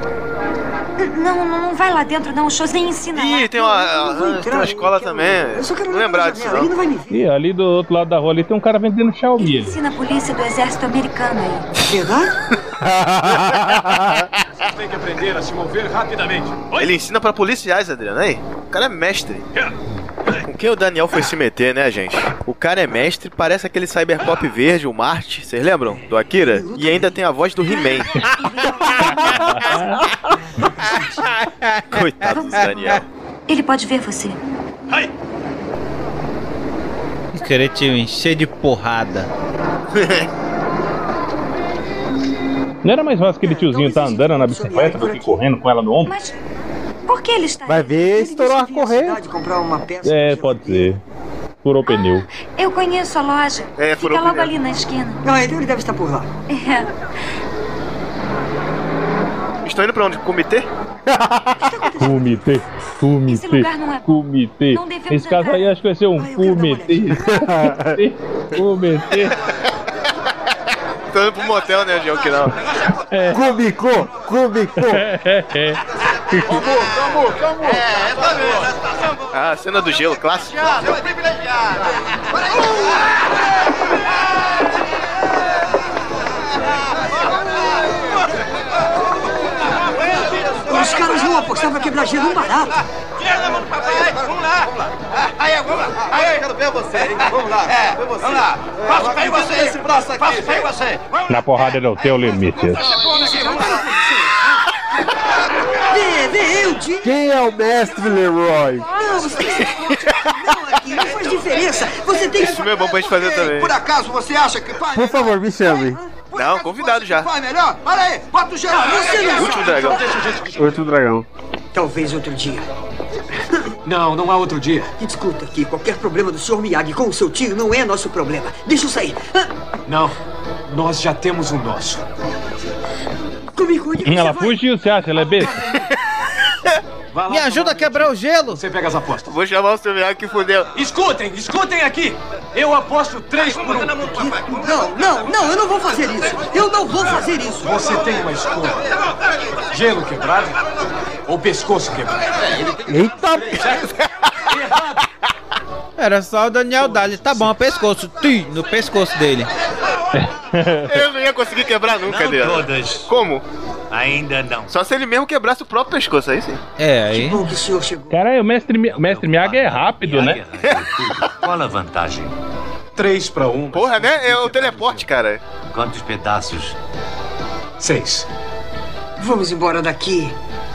Não vai lá dentro não, o Shozen ensina lá. Ih, tem uma escola também. Eu só quero não lembrar disso, ele não vai me ver. E ali do outro lado da rua ali tem um cara vendendo Xiaomi. Ensina a polícia do exército americano aí. Verdade? Você tem que aprender a se mover rapidamente. Ele ensina pra policiais, Adriano, aí. O cara é mestre. Com quem o Daniel foi se meter, né, gente? O cara é mestre, parece aquele Cybercop verde, o Marte, vocês lembram? Do Akira? E ainda tem a voz do He-Man. Coitado do Daniel. Ele pode ver você. Querer te encher de porrada. Não era mais fácil aquele tiozinho tá andando na bicicleta do que correndo com ela no ombro? Mas por que ele está? Vai ver, estourou a correr. É, pode ser. Furou o pneu. Eu conheço a loja. Furou Fica o logo pneu. ali na esquina. Então ele deve estar por lá. Estão indo pra onde? Comitê? Comitê. Esse lugar não é bom. Comitê. Não devemos Esse caso aí acho que vai ser um comitê. Comitê. Tô indo pro motel, né, de Okinawa. Cubicô. Calma. Essa mesmo, a situação boa. Ah, a cena do gelo, clássico. Seu privilegiado. Os caras vão apostar pra quebrar gelo um barato. Tira na mão do papai. Vamos lá. Vamos lá. Aí, eu quero ver você, hein? Vamos lá. Vamos lá. Faça feio você. Esse braço aqui. Faça feio você. Na porrada não tem o limite. Vê, eu digo. Quem é o mestre Leroy? Não, você não aqui, não faz diferença. Você tem que... Esse filme é bom pra gente fazer também. Por acaso você acha que vai... Por favor, me chame. Não, convidado já. Vai melhor? Olha aí, bota o gelo. Último dragão. Último dragão. Talvez outro dia. Não há outro dia. Escuta aqui, qualquer problema do Sr. Miyagi com o seu tio não é nosso problema. Deixa eu sair. Não, nós já temos o nosso. Comigo, onde você Ela vai? fugiu, você acha? Ela é besta? Me ajuda a quebrar o gelo. Você pega as apostas. Vou chamar o seu Miyagi que fudeu. Escutem aqui. Eu aposto 3 por 1. Não, eu não vou fazer isso. Eu não vou fazer isso. Você tem uma escolha. Gelo quebrado ou pescoço quebrado. Eita! Errado. Era só o Daniel Daly. Tá bom, pescoço. Tim, no pescoço dele. Eu não ia conseguir quebrar nunca dele. Todas. Como? Ainda não. Só se ele mesmo quebrasse o próprio pescoço, aí sim. É, aí. Bom que o senhor chegou. Caralho, o mestre Miyagi é rápido, né? Qual a vantagem? 3 para 1. Porra, né? É o teleporte, cara. Quantos pedaços? 6. Vamos embora daqui.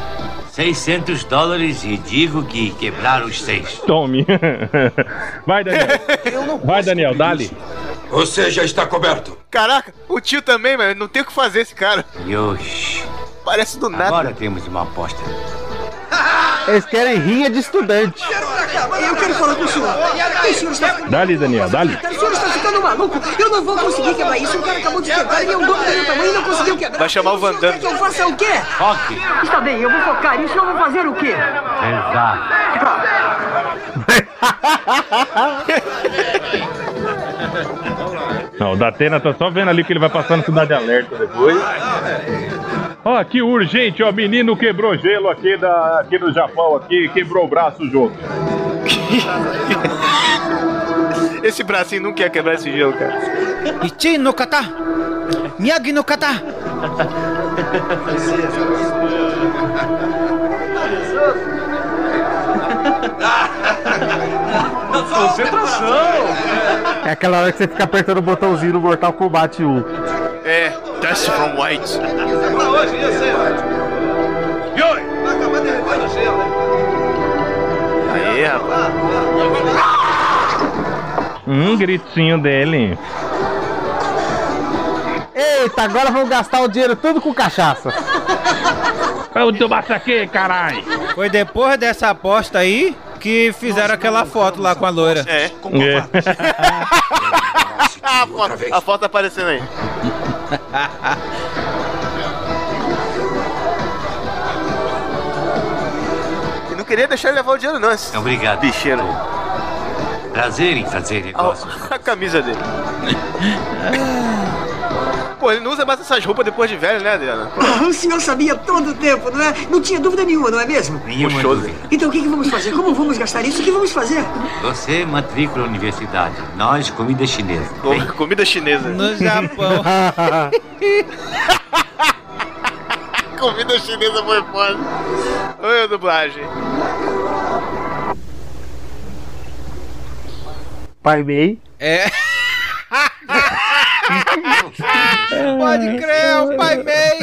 $600 e digo que quebrar os 6. Tome. Vai, Daniel. Vai, Daniel, dá-lhe. Você já está coberto. Caraca, o tio também, mano. Não tem o que fazer esse cara. Yosh. Parece do nada. Agora temos uma aposta. Eles querem rinha de estudante. Eu quero falar com o senhor. O senhor está ficando... Dá-lhe, Daniel, dá-lhe. O senhor está ficando maluco. Eu não vou conseguir quebrar isso. O cara acabou de quebrar e é um dobro do meu tamanho e não conseguiu quebrar. Vai chamar o Van Damme. Quer que eu faça o quê? Foque. Está bem, eu vou focar. E o senhor vai fazer o quê? Exato. Não, o Datena tá só vendo ali que ele vai passar na Cidade Alerta depois. Ó, aqui urgente, ó, menino quebrou gelo aqui no Japão, aqui, quebrou o braço o jogo. Esse bracinho não quer quebrar esse gelo, cara. Ichi no kata. Miyagi no kata. Concentração. É aquela hora que você fica apertando o botãozinho no Mortal Kombat 1. É, Dust from White. Pra hoje ia ser. Yoi! Vai acabar derretendo o gelo, né? Aí, rapaz. Gritinho dele. Eita, agora vamos gastar o dinheiro tudo com cachaça. O teu aqui, caralho. Foi depois dessa aposta aí que fizeram aquela foto lá com a loira. É. A foto tá aparecendo aí. Eu não queria deixar ele levar o dinheiro, não. Esse Obrigado. bicheiro. Prazer em fazer negócios. A camisa dele. Pô, ele não usa mais essas roupas depois de velho, né, Adriana? O senhor sabia todo o tempo, não é? Não tinha dúvida nenhuma, não é mesmo? Nenhuma dúvida. Então o que vamos fazer? Como vamos gastar isso? O que vamos fazer? Você matrícula a universidade. Nós, comida chinesa. Bem? Comida chinesa. No Japão. Comida chinesa foi foda. Oi, a dublagem. Pai Mei. É. Pode crer, o Pai Mei.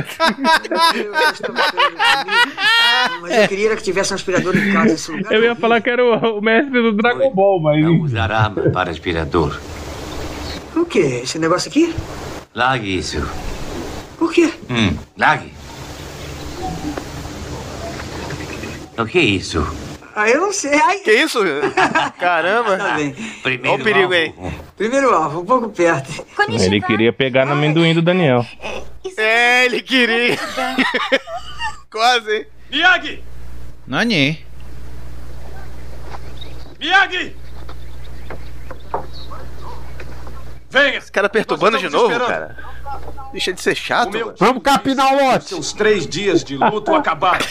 Mas eu queria que tivesse um aspirador em casa. Esse lugar Eu ia falar que era o mestre do Dragon Ball, mas... Não usar arma para aspirador. O que? Esse negócio aqui? Largue isso. Por quê? Largue. O que é isso? Ah, eu não sei. Ai. Que isso? Caramba. Tá bem. Primeiro Olha o perigo aí. Primeiro alvo, um pouco perto. Ele queria pegar no amendoim do Daniel. É, ele queria. Quase, hein? Miyagi! Nani? Miyagi! Venha! Esse cara perturbando de novo, esperando. cara. Deixa de ser chato. Vamos capinar o lote. Seus 3 dias de luto acabaram.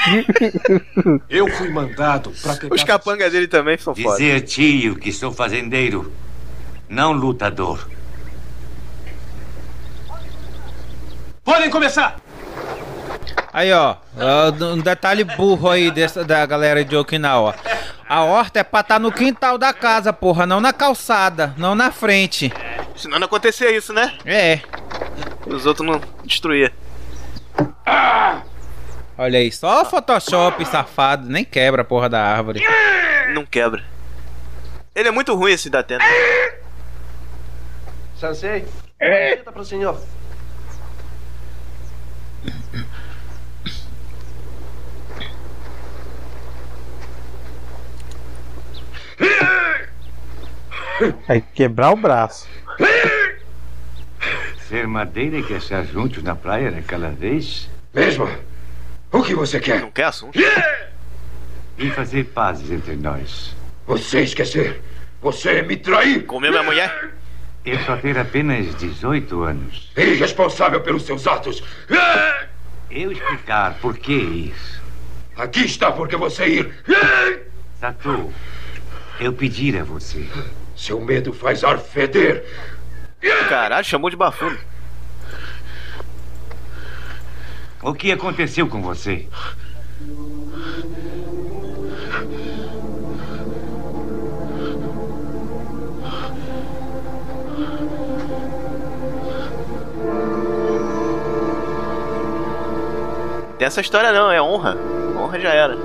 Eu fui mandado pra pegar... Os capangas dele também são foda. Dizer, tio, que sou fazendeiro, não lutador. Podem começar! Aí, ó, um detalhe burro aí da galera de Okinawa. A horta é pra estar no quintal da casa, porra, não na calçada, não na frente. Senão não acontecia isso, né? É. Os outros não destruíam. Olha aí, só Photoshop safado, nem quebra a porra da árvore. Não quebra. Ele é muito ruim, esse Datena. Sensei, pergunta pro senhor. Vai quebrar o braço. Ser madeira e crescer juntos na praia naquela vez? Mesmo? O que você quer? Não quer assunto? E fazer pazes entre nós. Você esquecer? Você me trair? Comeu minha mulher? Eu só ter apenas 18 anos. Irresponsável pelos seus atos. Eu explicar por que isso. Aqui está porque você ir. Sato, eu pedir a você. Seu medo faz ar feder. Caralho, chamou de bafundo. O que aconteceu com você? Tem essa história não, é honra. Honra já era.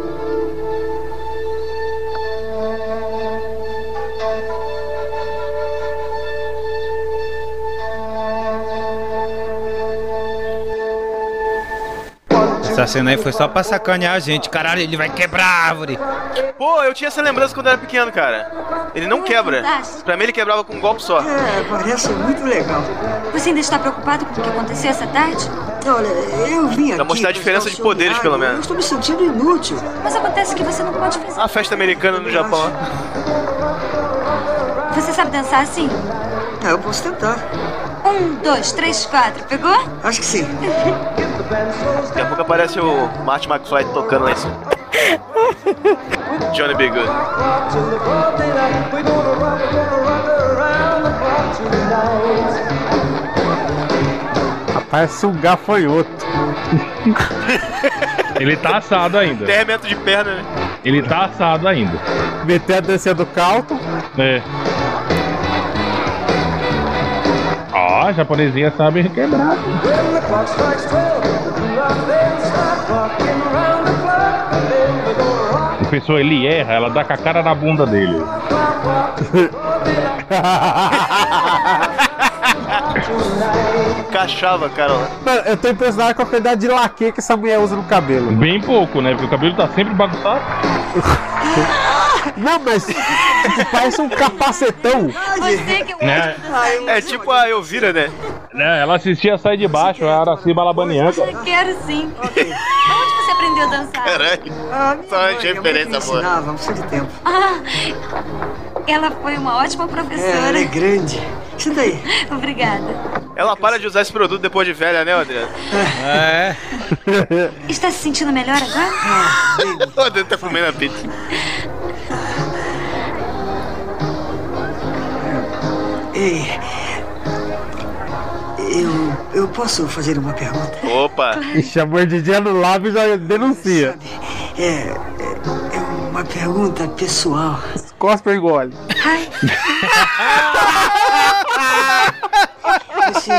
Essa cena aí foi só pra sacanear a gente. Caralho, ele vai quebrar a árvore. Pô, eu tinha essa lembrança quando eu era pequeno, cara. Ele não quebra. Pra mim ele quebrava com um golpe só. É, parece muito legal. Você ainda está preocupado com o que aconteceu essa tarde? Olha, eu vim aqui... Pra mostrar a diferença de poderes, pelo menos. Eu estou me sentindo inútil. Mas acontece que você não pode fazer. A festa americana no Japão. Você sabe dançar assim? Eu posso tentar. 1, 2, 3, 4. Pegou? Acho que sim. Daqui a pouco aparece o Marty McFly tocando lá em cima. Johnny B. Good. Parece um gafanhoto. Ele tá assado ainda. 10 metros de perna, né? Ele tá assado ainda. Meter a dança do calco. É. Ó, a japonesinha sabe quebrar. A pessoa, ele erra, ela dá com a cara na bunda dele. Encaixava, cara. Mano, eu tô impressionado com a quantidade de laque que essa mulher usa no cabelo. Bem pouco, né? Porque o cabelo tá sempre bagunçado. Não, mas parece um capacetão. Você que eu Né? É tipo a Elvira, né? Ela assistia Sai de Baixo, a Araci Balabanianca. Eu quero sim. Onde você aprendeu a dançar? Caralho. Só uma referência boa. Não precisa de tempo. Ah, ela foi uma ótima É, professora. ela é grande. Senta aí. Obrigada. Ela para de usar esse produto depois de velha, né, Adriano? É. Está se sentindo melhor agora? O Adriano tá comendo a pizza. Ei, eu posso fazer uma pergunta? Opa! Ixi, a mordidinha no lábio já denuncia. É uma pergunta pessoal. Cospe e engole. Você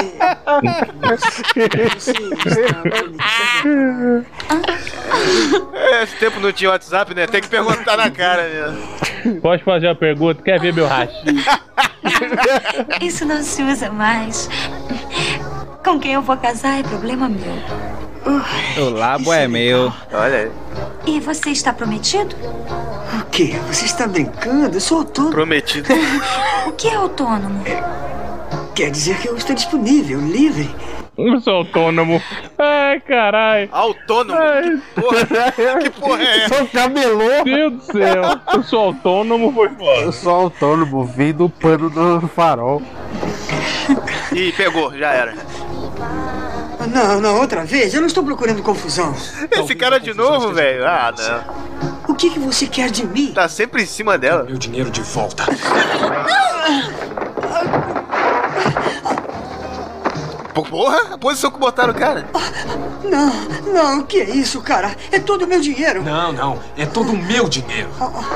está bonita. Esse tempo não tinha WhatsApp, né? Tem que perguntar na cara, né? Pode fazer a pergunta, quer ver meu rachi? Isso não se usa mais. Com quem eu vou casar é problema meu. O labo é meu. Olha aí. E você está prometido? O quê? Você está brincando? Eu sou autônomo. Prometido. O que é autônomo? Quer dizer que eu estou disponível, livre. Eu sou autônomo. Ai, caralho. Autônomo? Que porra é essa? Sou camelô. Meu Deus do céu. Eu sou autônomo, foi foda. Eu sou autônomo, vim do pano no farol. Ih, pegou, já era. Não, outra vez? Eu não estou procurando confusão. Esse cara de novo, velho? Ah, não. O que você quer de mim? Tá sempre em cima dela. Meu dinheiro de volta. Porra, a posição que botaram o cara. Não, o que é isso, cara? É todo o meu dinheiro. Não, é todo o meu dinheiro.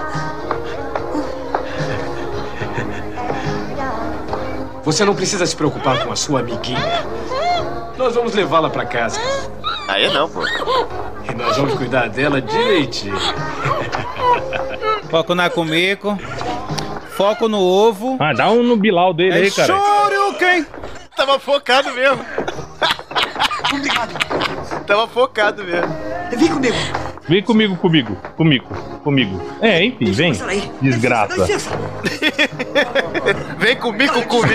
Você não precisa se preocupar com a sua amiguinha. Nós vamos levá-la pra casa. Aí não, pô. E nós vamos cuidar dela direitinho. Foco na Kumiko. Foco no ovo. Ah, dá um no Bilal dele aí, cara. Shoryuken! Tava focado mesmo. Obrigado. Tava focado mesmo. Vem comigo. Vem comigo. É, enfim, vem. Desgraça. Vem comigo.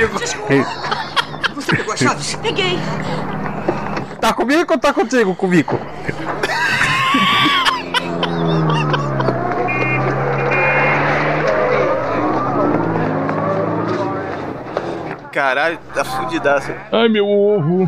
Você pegou as chaves? Peguei. Tá comigo ou tá contigo, Kumiko? Caralho, tá fudidaço. Ai, meu ovo.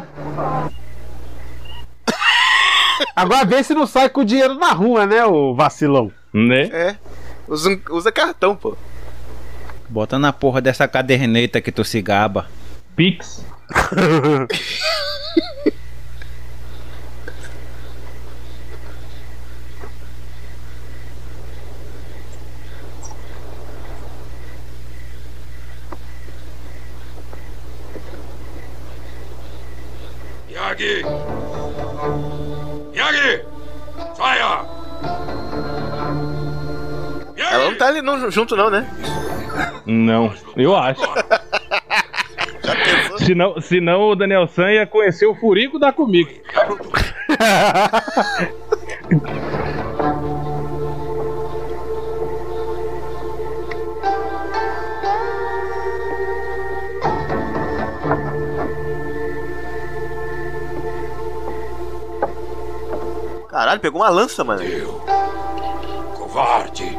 Agora vê se não sai com o dinheiro na rua, né, ô vacilão? Né? É. Usa cartão, pô. Bota na porra dessa caderneta que tu se gaba. Pix. Miyagi! Saia! Ela não tá ali junto não, né? Não, eu acho. Senão o Daniel San ia conhecer o furico da Kumiko. Caralho, pegou uma lança, mano. Covarde!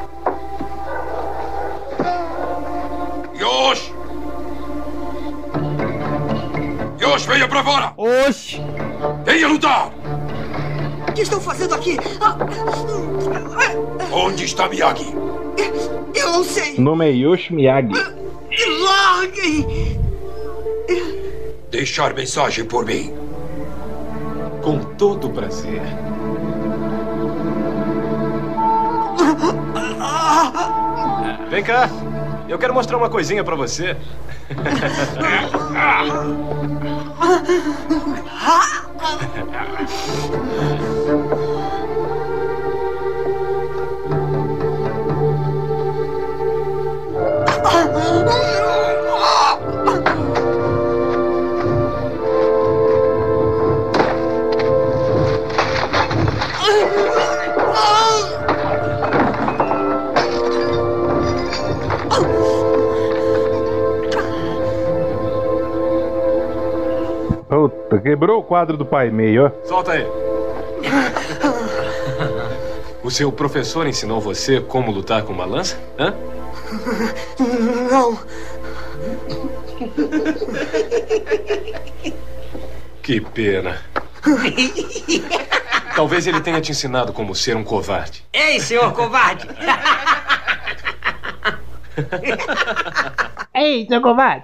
Yosh! Yosh, venha pra fora! Oxi! Venha lutar! O que estão fazendo aqui? Onde está Miyagi? Eu não sei. O nome é Yoshi Miyagi. Larguem! Deixar mensagem por mim. Com todo prazer. Vem cá. Eu quero mostrar uma coisinha pra você. Puta, quebrou o quadro do pai meio, ó. Solta aí. O seu professor ensinou você como lutar com uma lança? Hã? Não. Que pena. Talvez ele tenha te ensinado como ser um covarde. Ei, senhor covarde! Ei, seu covarde!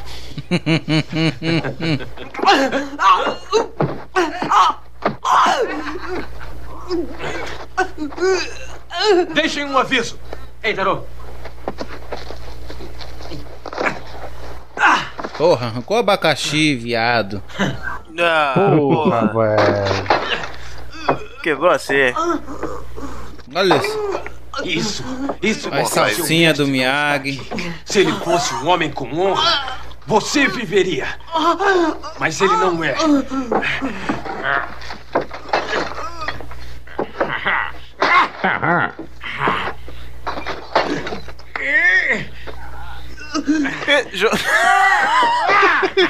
Deixem um aviso. Ei, Tarô. Porra, arrancou abacaxi, viado. Porra, velho. Quebrou você. Olha isso. Isso a salsinha do Miyagi. Se ele fosse um homem com honra, você viveria. Mas ele não é.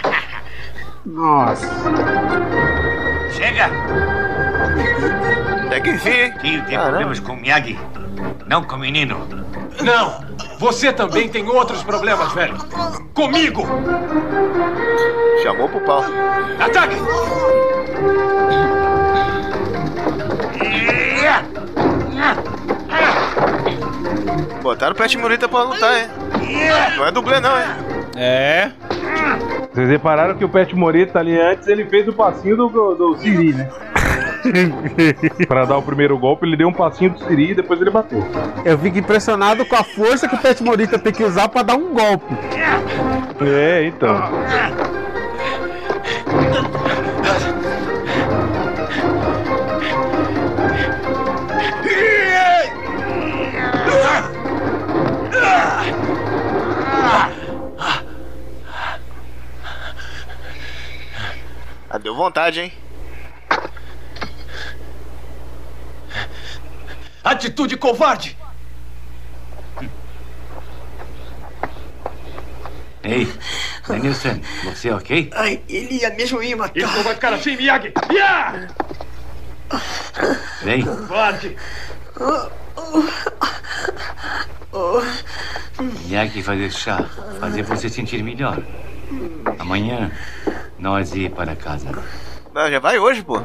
Nossa. Chega! Até que sim. Tio tem problemas com Miyagi, não com o menino. Não! Você também tem outros problemas, velho. Comigo! Chamou pro pau. Ataque! Botaram o Pet Morita pra lutar, hein? Não é dublê, não, hein? É. Vocês repararam que o Pet Morita ali antes, ele fez o passinho do Siri, né? Pra dar o primeiro golpe, ele deu um passinho do Siri e depois ele bateu. Eu fico impressionado com a força que o Pet Morita tem que usar pra dar um golpe. É, então. Deu vontade, hein? Atitude covarde! Ei, Danielson, você é ok? Ai, ele ia mesmo ir matar. Isso não vai ficar assim, Miyagi! Yeah! Vem. Covarde! Miyagi vai deixar fazer você sentir melhor. Amanhã nós ir para casa. Não, já vai hoje, pô.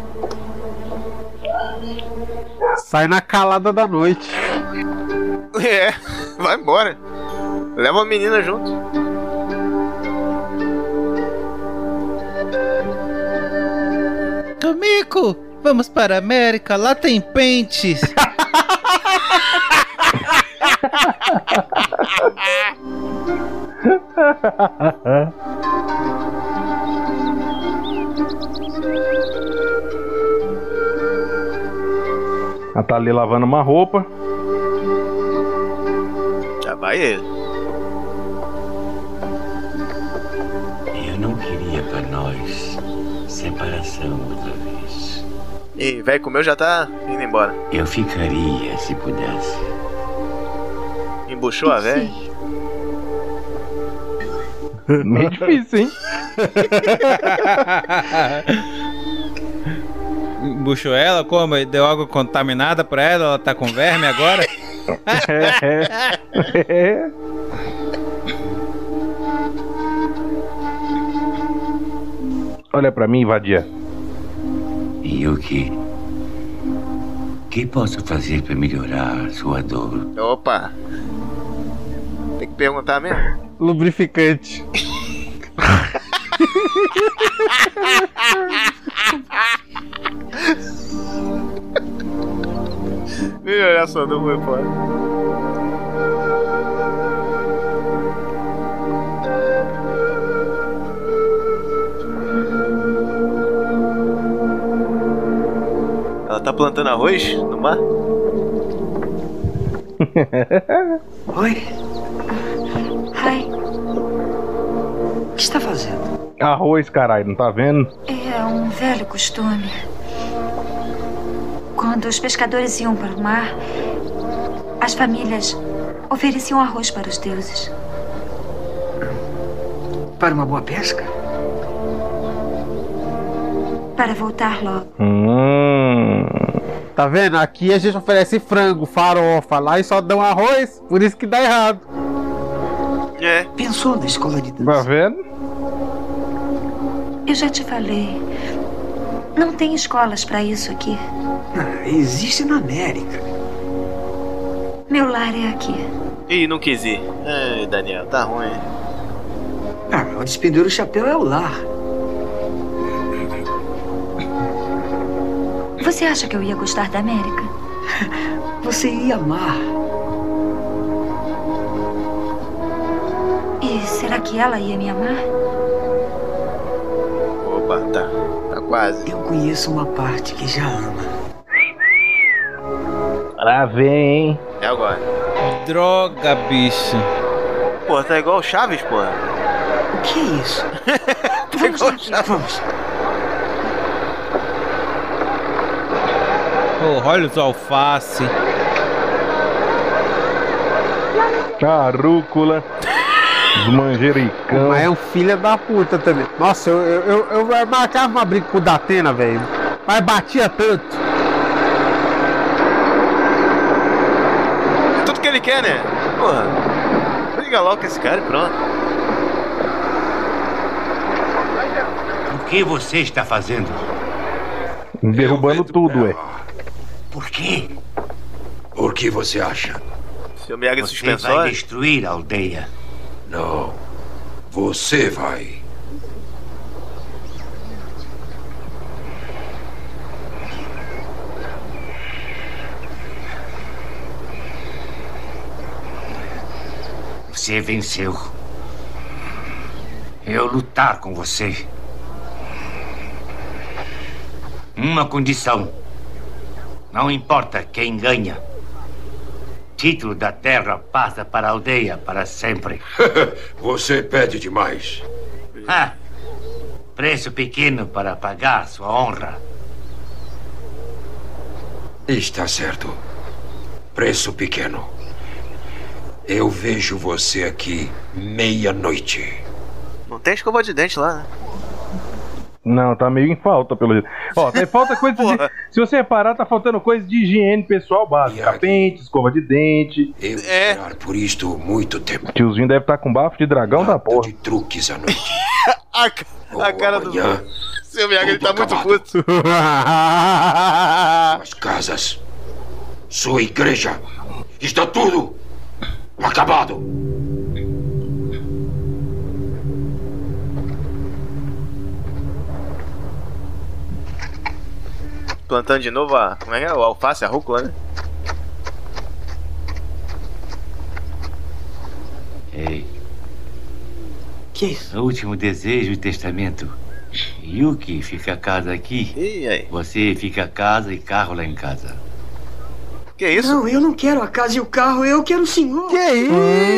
Sai na calada da noite. É, vai embora. Leva a menina junto. Tomico, vamos para a América, lá tem pentes. Ela tá ali lavando uma roupa. Já vai ele. Eu não queria pra nós separação outra vez. E velho comeu já tá indo embora. Eu ficaria se pudesse. Embuchou a velha? Meio difícil, hein? Embuchou ela? Como? Deu água contaminada pra ela? Ela tá com verme agora? Olha pra mim, vadia. Yuki, o que posso fazer pra melhorar sua dor? Opa! Tem que perguntar mesmo? Lubrificante. Melhorar sua dor foi foda. Ela tá plantando arroz no mar? Oi? Ai. O que está fazendo? Arroz, caralho, não tá vendo? É um velho costume. Quando os pescadores iam para o mar, as famílias ofereciam arroz para os deuses. Para uma boa pesca? Para voltar logo. Tá vendo? Aqui a gente oferece frango, farofa, lá e só dão arroz, por isso que dá errado. É. Pensou na escola de dança? Tá vendo? Eu já te falei. Não tem escolas para isso aqui. Existe na América. Meu lar é aqui. Ih, não quis ir. Ai, Daniel, tá ruim. Onde se pendura o chapéu é o lar. Você acha que eu ia gostar da América? Você ia amar. E será que ela ia me amar? Opa, tá quase. Eu conheço uma parte que já ama. Lá vem, hein? É agora. Droga, bicho. Pô, tá igual o Chaves, porra. O que é isso? Vamos. Oh, olha os alface. Carúcula. Os manjericão. Mas é um filho da puta também. Nossa, eu marcava uma briga com o Datena, velho. Mas batia tanto. quer, né? Porra. Briga logo com esse cara e pronto. O que você está fazendo? Derrubando tudo, ué. Por quê? Por que você acha? Seu Miyagi Você suspensório. vai destruir a aldeia. Não. Você vai. Você venceu. Eu lutar com você. Uma condição. Não importa quem ganha. Título da terra passa para a aldeia para sempre. Você pede demais. Ah, preço pequeno para pagar sua honra. Está certo. Preço pequeno. Eu vejo você aqui meia-noite. Não tem escova de dente lá, né? Não, tá meio em falta, pelo jeito. Ó, tem falta coisa de... Se você reparar, tá faltando coisa de higiene pessoal básica. Pente, escova de dente. Eu esperar por isto muito tempo. Tiozinho deve estar com bafo de dragão da porra. De truques à noite. A cara do... amanhã, Seu Miyagi, ele tá muito acabado. puto. As casas, sua igreja, está tudo acabado. Plantando de novo a... Como é que é? O alface, a rúcula, né? Ei. Que isso? No último desejo e testamento. Yuki fica a casa aqui. E aí? Você fica a casa e carro lá em casa. Que isso? Não, eu não quero a casa e o carro, eu quero o senhor. Que isso?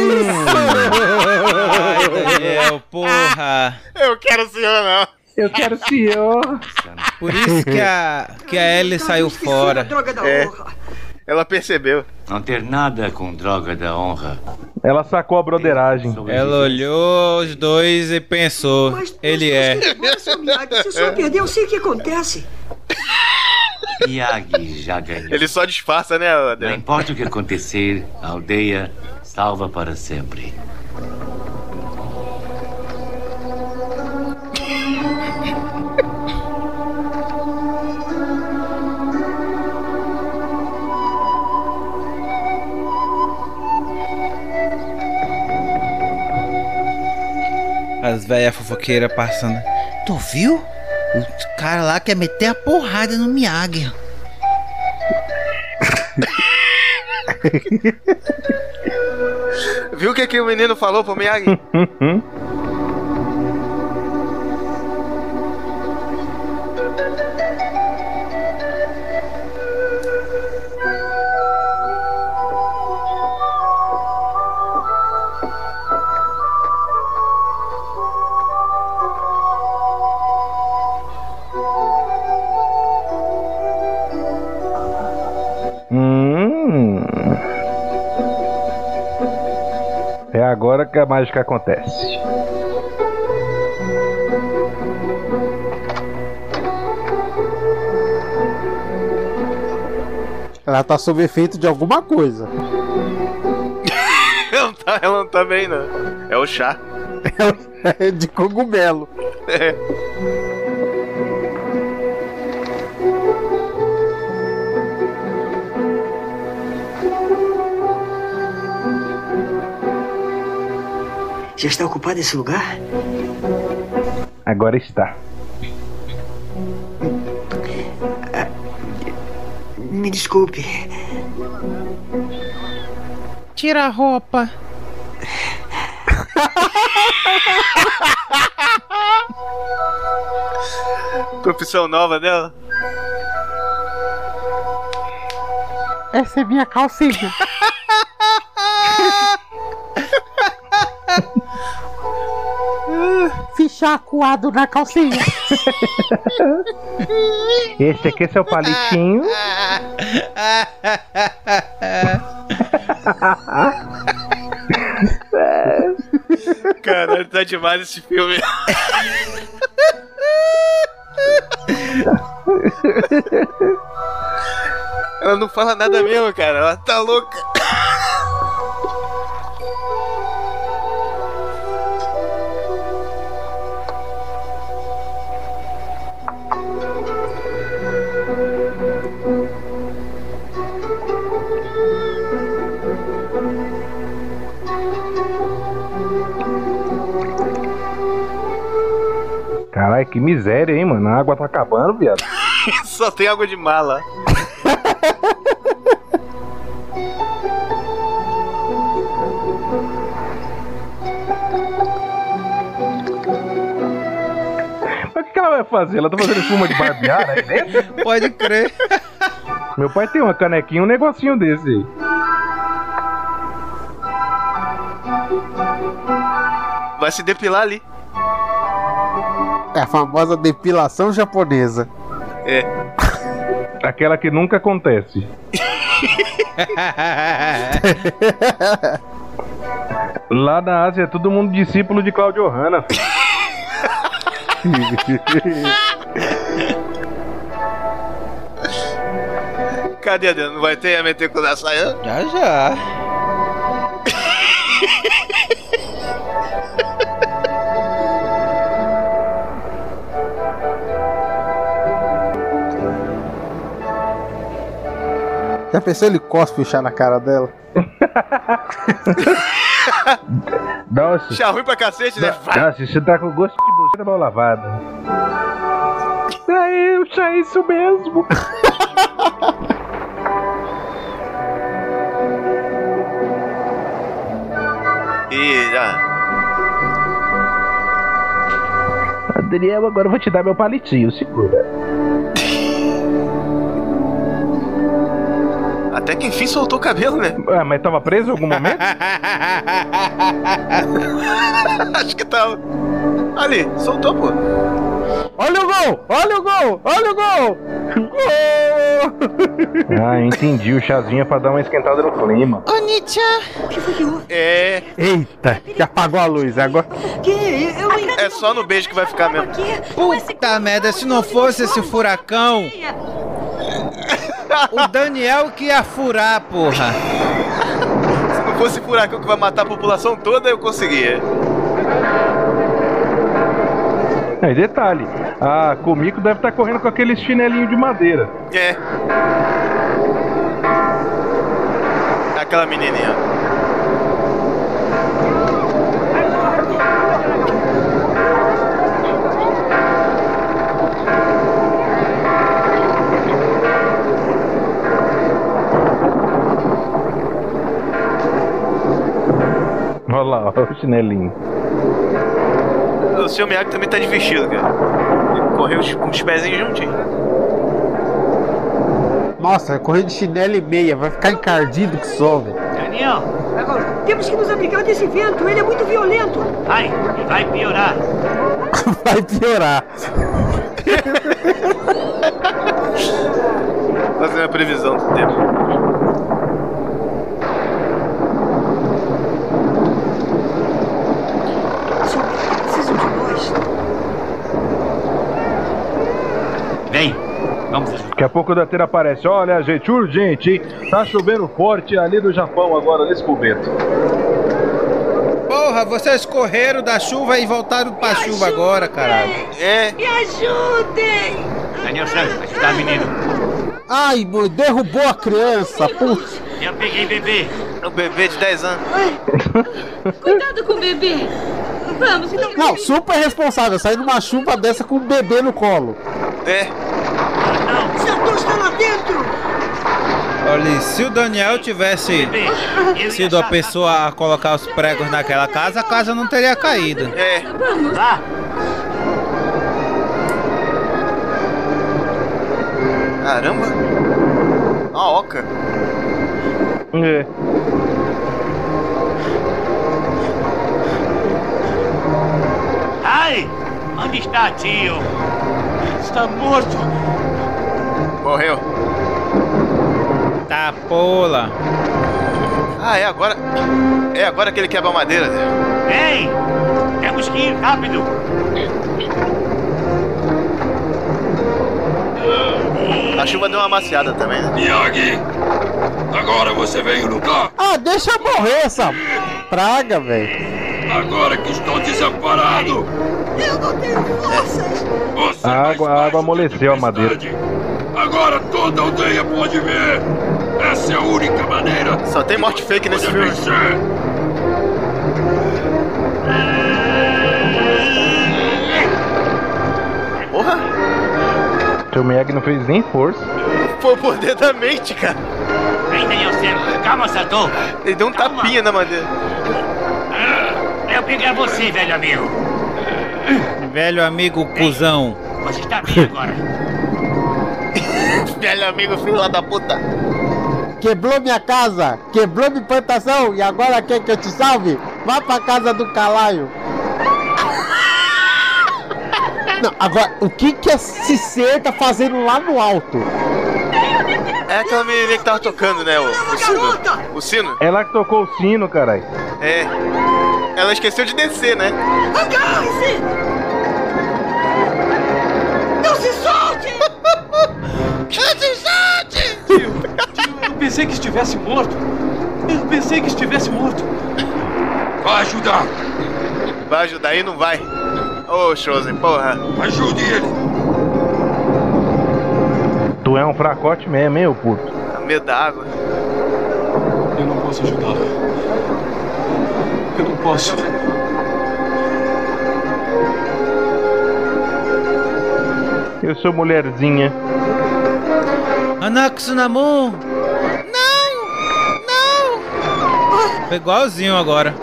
Ai, Daniel, porra. Eu quero o senhor, não. Eu quero o senhor. Por isso que a Ellie saiu fora. Ela percebeu. Não ter nada com droga da honra. Ela sacou a broderagem. Ela olhou os dois e pensou. Ele é. Se o senhor perder, eu sei o que acontece. Miyagi já ganhou. Ele só disfarça, né, Não Adriano? importa o que acontecer, a aldeia salva para sempre. As velhas fofoqueiras passando. Tu viu? O cara lá quer meter a porrada no Miyagi. Viu o que o menino falou pro Miyagi? É agora que a mágica acontece. Ela tá sob efeito de alguma coisa. Ela não tá bem, não. É o chá. É de cogumelo. É. Já está ocupado esse lugar? Agora está. Me desculpe. Tira a roupa. Profissão nova dela. Essa é minha calcinha. Ficha acuado na calcinha. Esse aqui é seu palitinho. Caralho, tá demais esse filme. Ela não fala nada mesmo, cara. Ela tá louca. Caralho, que miséria, hein, mano? A água tá acabando, viado. Só tem água de mala. Mas o que ela vai fazer? Ela tá fazendo espuma de barbear aí dentro? Pode crer. Meu pai tem uma canequinha, um negocinho desse aí. Vai se depilar ali. É a famosa depilação japonesa. É. Aquela que nunca acontece. Lá na Ásia é todo mundo discípulo de Claudio Hanna. Cadê a Não vai ter a meter com a saia? Já. Já pensou ele cospe o chá na cara dela? Nossa. Chá ruim pra cacete, né? Nossa, você tá com gosto de buceta mal lavada. É, eu chá isso mesmo. E já. Adriel, agora eu vou te dar meu palitinho, segura. Até que enfim soltou o cabelo, né? Ah, mas tava preso em algum momento? Acho que tava. Ali, soltou, pô. Olha o gol! Olha o gol! Olha o gol! Gol! Ah, entendi. O chazinho é pra dar uma esquentada no clima. Ô, Nietzsche! O que foi que houve? É. Eita, já apagou a luz agora. Que? Eu não É só no beijo que vai ficar mesmo. Puta merda, se não fosse esse furacão, o Daniel que ia furar, porra. Se não fosse furacão que vai matar a população toda, eu conseguia. É, detalhe, a Kumiko deve estar correndo com aqueles chinelinhos de madeira. É. Aquela menininha. Olha lá, olha o chinelinho. O seu Miyagi também tá de vestido, cara. Ele correu com os pezinhos juntinhos. Nossa, correr de chinelo e meia, vai ficar encardido que só, velho. Daniel, Agora, temos que nos abrigar desse vento, ele é muito violento. vai piorar. Vai piorar. Fazendo a previsão do tempo. Preciso de nós. Vem, vamos. Daqui a pouco o Datena aparece. Olha, gente, urgente, hein? Tá chovendo forte ali no Japão agora, nesse momento. Porra, vocês correram da chuva e voltaram pra chuva agora, caralho. É. Me ajudem! Daniel Santos, ajudar a menina. Ai, mãe, derrubou a criança, putz. Eu peguei bebê. O bebê de 10 anos. Cuidado com o bebê. Vamos, Não, super responsável, sair numa chuva dessa com um bebê no colo. É. Santos está lá dentro! Olha, se o Daniel tivesse sido a pessoa a colocar os pregos naquela casa, a casa não teria caído. É. Vamos. Lá. Caramba. Uma oca. É. Ai! Onde está, tio? Está morto. Morreu. Tá, pola. Ah, é agora. É agora que ele quebra a madeira. Ei! Temos que ir rápido. A chuva deu uma amaciada também, né? Miyagi! Agora você veio lutar! Ah, deixa morrer essa praga, velho. Agora que estou desamparado! Eu não tenho forças! Você A água amoleceu a madeira. Agora toda a aldeia pode ver! Essa é a única maneira! Só tem morte fake nesse filme. Vencer. Seu Miyagi não fez nem força. Foi o poder da mente, cara. Vem, Daniel Cero. Calma, Sato. Ele deu um tapinha na madeira. Eu peguei você, velho amigo. Velho amigo, cuzão. Você está bem agora. Velho amigo, filho da puta. Quebrou minha casa, quebrou minha plantação e agora quer que eu te salve? Vá pra casa do Calaio. Não, agora, o que a Cicer tá fazendo lá no alto? É aquela menininha que tava tocando, né? O sino. O sino? Ela que tocou o sino, caralho. É. Ela esqueceu de descer, né? Agarre-se! Não se solte! Não se solte! Tio, eu pensei que estivesse morto. Vai ajudar! Vai ajudar aí, não vai. Ô, Chosen, porra. Ajude ele! Tu é um fracote mesmo, hein, ô puto? Tá medo da água. Eu não posso ajudá-la. Eu não posso. Eu sou mulherzinha. Anaxunamon! Não! Foi igualzinho agora.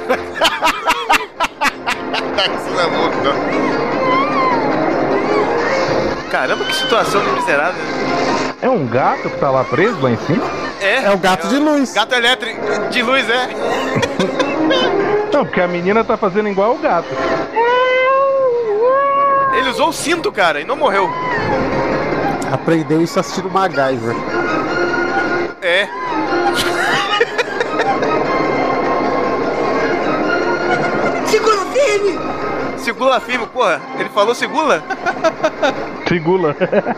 Caramba, que situação miserável. É um gato que tá lá preso lá em cima? É o gato de luz. Gato elétrico de luz, é. Não, porque a menina tá fazendo igual o gato. Ele usou o cinto, cara, e não morreu. Aprendeu isso assistindo MacGyver. É. Segura firme! Segura firme, porra. Ele falou segura? Segula.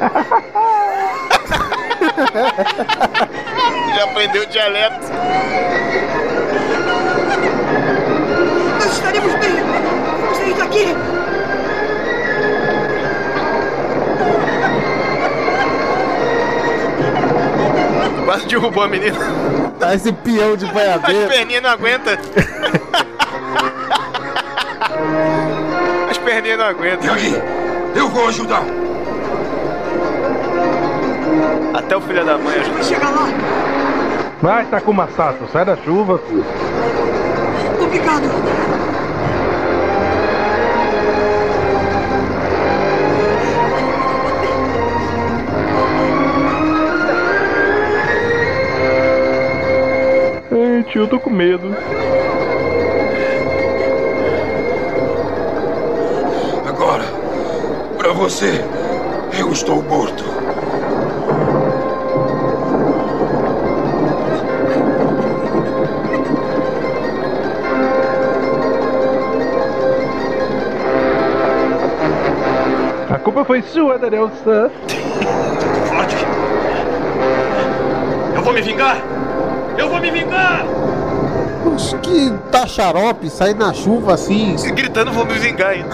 Já aprendeu o dialeto. Nós estaremos bem! Vamos sair daqui! Quase derrubou a menina. Tá esse peão de boiadeiro. As perninhas não aguentam. As perninhas não aguentam. Miyagi, eu vou ajudar. Até o filho da mãe ajuda. Vai chegar lá! Vai, Takuma Sato, sai da chuva, filho. Obrigado! Ai, tio, eu tô com medo. Agora, pra você, eu estou morto. A culpa foi sua, Daniel San. Forte! Eu vou me vingar! Eu vou me vingar! Acho que tá xarope, sair na chuva assim. Gritando, vou me vingar ainda.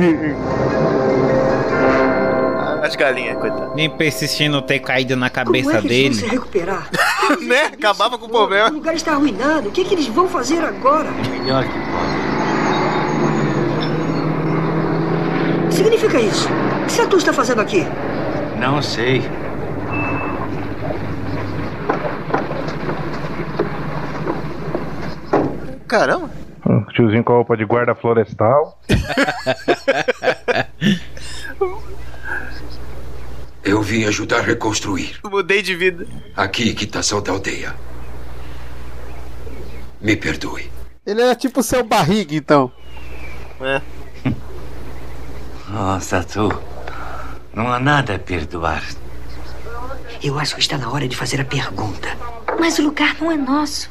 As galinhas, coitado. Nem persistindo ter caído na cabeça Como é que dele. eles vão se recuperar? Né? Acabava com o problema. O lugar está arruinado. O que eles vão fazer agora? Melhor que pode. O que significa isso? O que Sato está fazendo aqui? Não sei. Caramba. Tiozinho com a roupa de guarda florestal. Eu vim ajudar a reconstruir. Mudei de vida. Aqui, quitação da aldeia. Me perdoe. Ele era tipo seu barriga, então. É. Oh, Sato. Não há nada a perdoar. Eu acho que está na hora de fazer a pergunta. Mas o lugar não é nosso.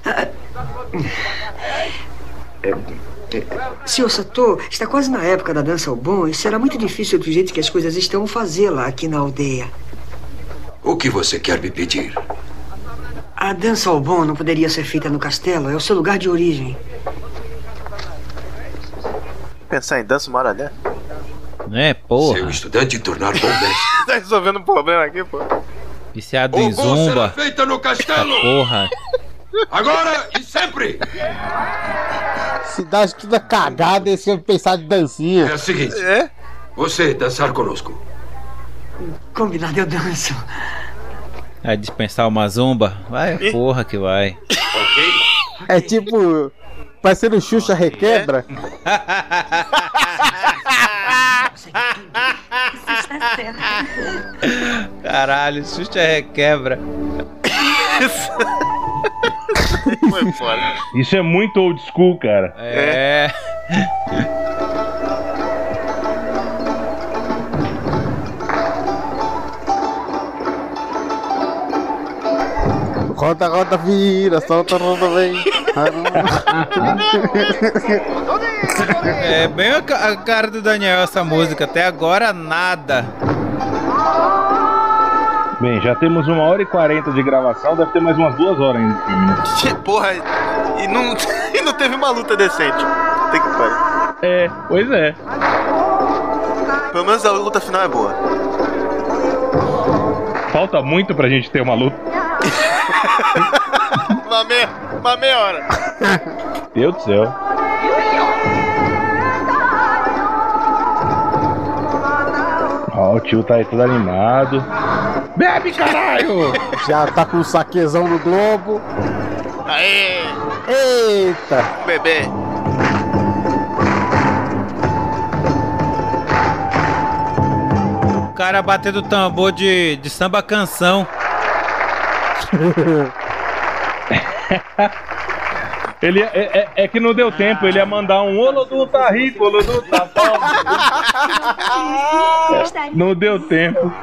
Senhor Sato, está quase na época da dança ao bom e será muito difícil do jeito que as coisas estão fazê-la aqui na aldeia. O que você quer me pedir? A dança ao bom não poderia ser feita no castelo, é o seu lugar de origem. Pensar em dança uma hora dessa? É, porra. Seu estudante tornar bom mestre. Tá resolvendo um problema aqui, pô. Viciado em O bom será zumba. feita no castelo. Porra. Agora e sempre. Cidade toda cagada e você pensar de dancinha. É o seguinte. É? Você dançar conosco. Combinado, eu danço. Vai dispensar uma zumba? Vai, porra que vai. É tipo, parecendo Xuxa Requebra. Caralho, Xuxa Requebra. Foi foda. Isso é muito old school, cara. É. Roda, roda, vira, solta, roda, vem. É bem a cara do Daniel essa música. Até agora, nada. Bem, já temos 1h40 de gravação, deve ter mais umas 2 horas ainda de filme, né? Porra, e não teve uma luta decente. Tem que parar. É, pois é. Pelo menos a luta final é boa. Falta muito pra gente ter uma luta. uma meia hora. Deus do céu. Ó, o tio tá aí todo animado. Bebe, caralho! Já tá com o saquezão no globo. Aê! Eita! Bebê! O cara batendo tambor de samba canção. Ele é que não deu tempo, ele ia mandar um Olodum tá rico, Olodum tá pobre. Não deu tempo.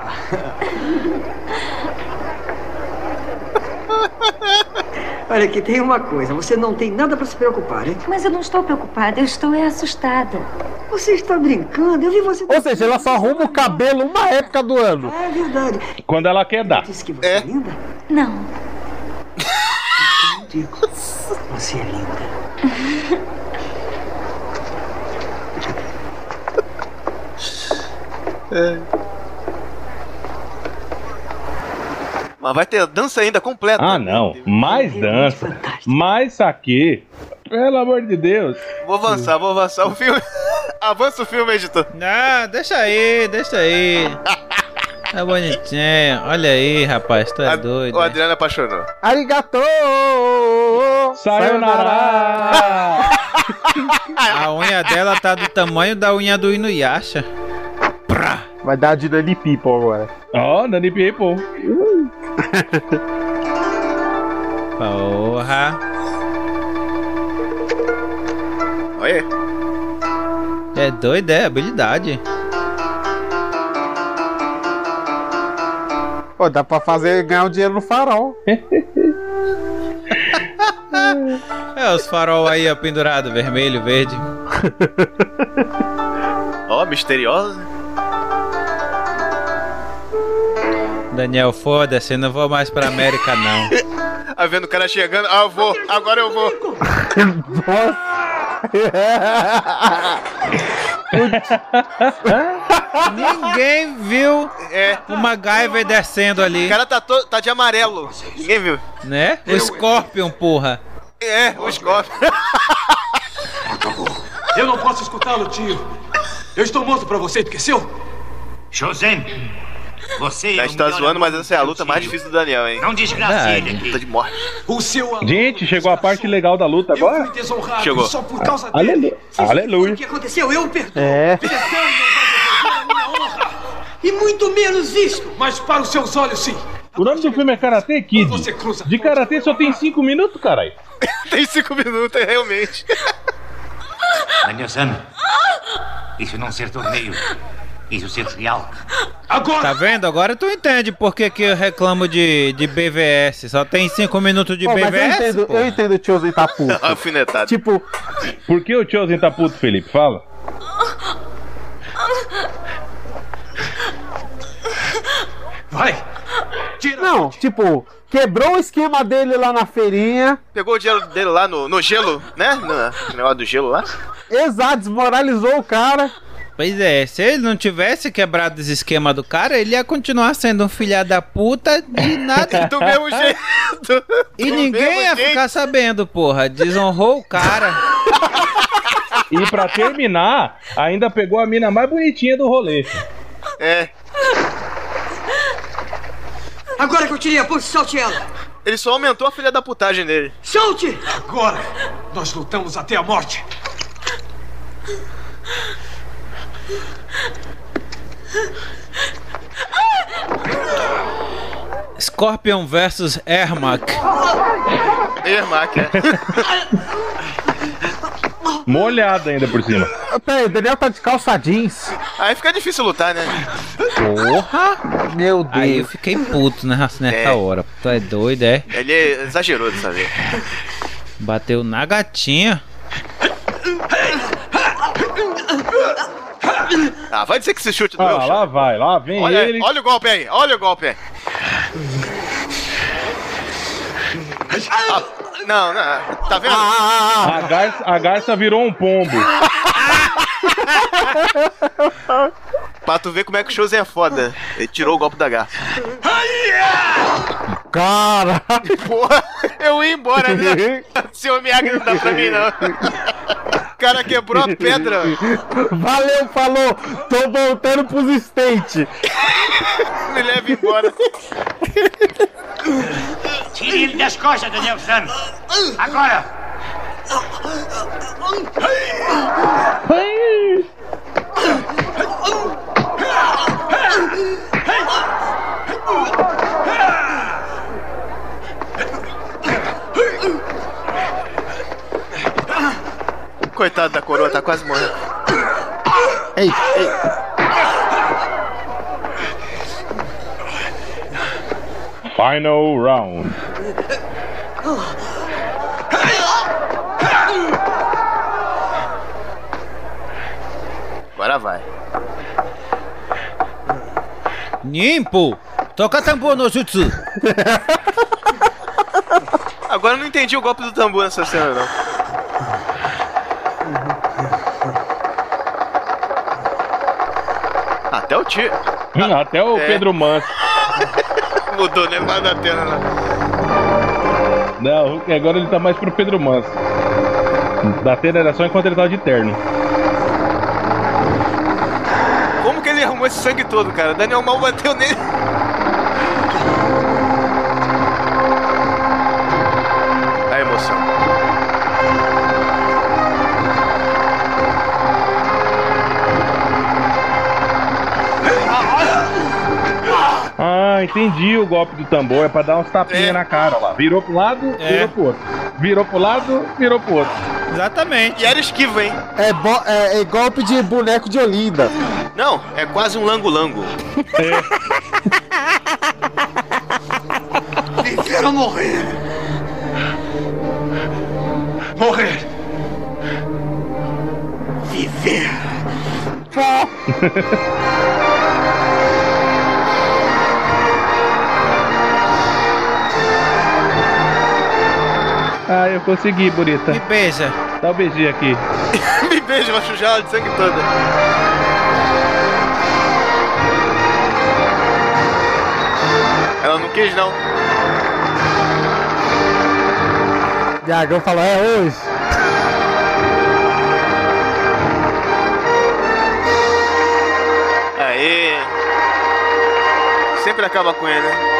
Olha aqui, tem uma coisa. Você não tem nada pra se preocupar, hein? Mas eu não estou preocupada, eu estou assustada. Você está brincando? Eu vi você... Ou seja, ela só arruma o cabelo uma época do ano. É verdade. Quando ela quer dar. Disse que você é linda? Não. Eu digo, você é linda. Mas vai ter dança ainda completa. Ah, não. Mais dança. Mais saque. Pelo amor de Deus. Vou avançar o filme. Avança o filme, editor. Não, deixa aí. Tá bonitinho. Olha aí, rapaz, tu é doido. O Adriano apaixonou. Arigato! Sayonara! A unha dela tá do tamanho da unha do Inuyasha. Vai dar de Nani People agora. Ó, Nani People. Porra. Olha. É doido, é habilidade. Pô, dá pra ganhar o dinheiro no farol. É, os farol aí, ó, pendurado, vermelho, verde. Ó, misteriosa. Daniel, foda-se, eu não vou mais pra América, não. Tá vendo o cara chegando? Ah, eu vou, agora eu vou. Ninguém viu o MacGyver descendo ali. O cara tá de amarelo. Ninguém viu. Né? O Scorpion, porra. É, o Scorpion. Eu não posso escutá-lo, tio. Eu estou morto pra você, esqueceu? Chosen, você Já está zoando, mas essa é a luta mais difícil do Daniel, hein? Não desgrace ele aqui. Luta de morte. O seu Gente, chegou a parte legal da luta agora? Eu fui desonrado Chegou. só por causa dele. Aleluia. Aleluia. O que aconteceu? Eu perdoo. É. Perdão não vai devolver a minha honra. E muito menos isto. Mas para os seus olhos, sim. O nome do filme é Karate Kid. De Karate só tem 5 minutos, caralho. Tem 5 minutos, realmente. Daniel-san, isso não ser torneio. Isso ser real. Agora! Tá vendo? Agora tu entende por que eu reclamo de BVS. Só tem 5 minutos de Pô, mas BVS. eu entendo o Chosen tá puto. Alfinetado. Tipo, Por que o Chosen tá puto, Felipe? Fala. Vai! Tira! não, tipo, quebrou o esquema dele lá na feirinha. Pegou o dinheiro dele lá no gelo, né? No negócio do gelo lá. Exato, desmoralizou o cara. Pois é, se ele não tivesse quebrado esse esquema do cara, ele ia continuar sendo um filha da puta de nada. Do mesmo jeito. E ninguém ia ficar sabendo, porra. Desonrou o cara. E pra terminar, ainda pegou a mina mais bonitinha do rolê. É. Agora que eu tirei a pulse, solte ela. Ele só aumentou a filha da putagem dele. Solte! Agora, nós lutamos até a morte. Scorpion vs Ermac. Ermac, é. Molhado ainda por cima. Peraí, o Daniel tá de calça jeans. Aí fica difícil lutar, né? Porra! Meu Deus. Aí eu fiquei puto nessa hora. Tu é doido, é? Ele exagerou dessa vez. Bateu na gatinha. Ah, vai dizer que esse chute doeu. Lá vem olha, ele. Olha o golpe aí, olha o golpe aí. Ah, não, tá vendo? A garça virou um pombo. Pra tu ver como é que o Chosen é foda. Ele tirou o golpe da garça. Cara! Porra, eu ia embora, né? Seu Miyagi não dá pra mim, não. O cara quebrou a pedra. Valeu, falou. Tô voltando pros States. Me leva embora. Tire ele das costas, Daniel-san. Agora. Coitado da coroa, tá quase morrendo. Ei. Final round. Agora vai. Nimpo! Toca tambor no jutsu. Agora eu não entendi o golpe do tambor nessa cena, não. Até o tio. Até o Pedro Manso. Mudou, né? Mais da tela, não. Não, agora ele tá mais pro Pedro Manso. Da tela era só enquanto ele tava de terno. Como que ele arrumou esse sangue todo, cara? Daniel Mal bateu nele. A emoção. Ah, entendi o golpe do tambor. É pra dar uns tapinhas na cara lá. Virou pro lado, virou pro outro. Virou pro lado, virou pro outro. Exatamente. E era esquivo, hein? É golpe de boneco de Olinda. Não, é quase um lango-lango. Viver ou morrer? Morrer. Viver. Ah, eu consegui, bonita. Me beija. Dá um beijinho aqui. Me beija, vai sujar ela de sangue toda. Ela não quis, não. Diagão falou, é hoje. Aê. Sempre acaba com ele, né?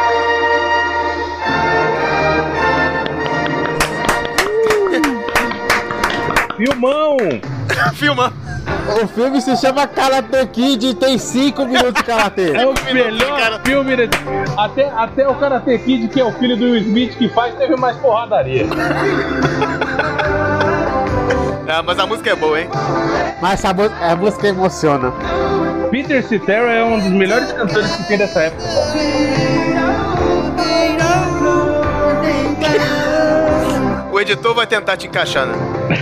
Filmão! Filma! O filme se chama Karate Kid e tem 5 minutos de karatê. É o melhor filme. Até o Karate Kid, que é o filho do Will Smith que faz, teve mais porradaria. Ah, mas a música é boa, hein? Mas a música emociona. Peter Cetera é um dos melhores cantores que tem dessa época. O editor vai tentar te encaixar, né?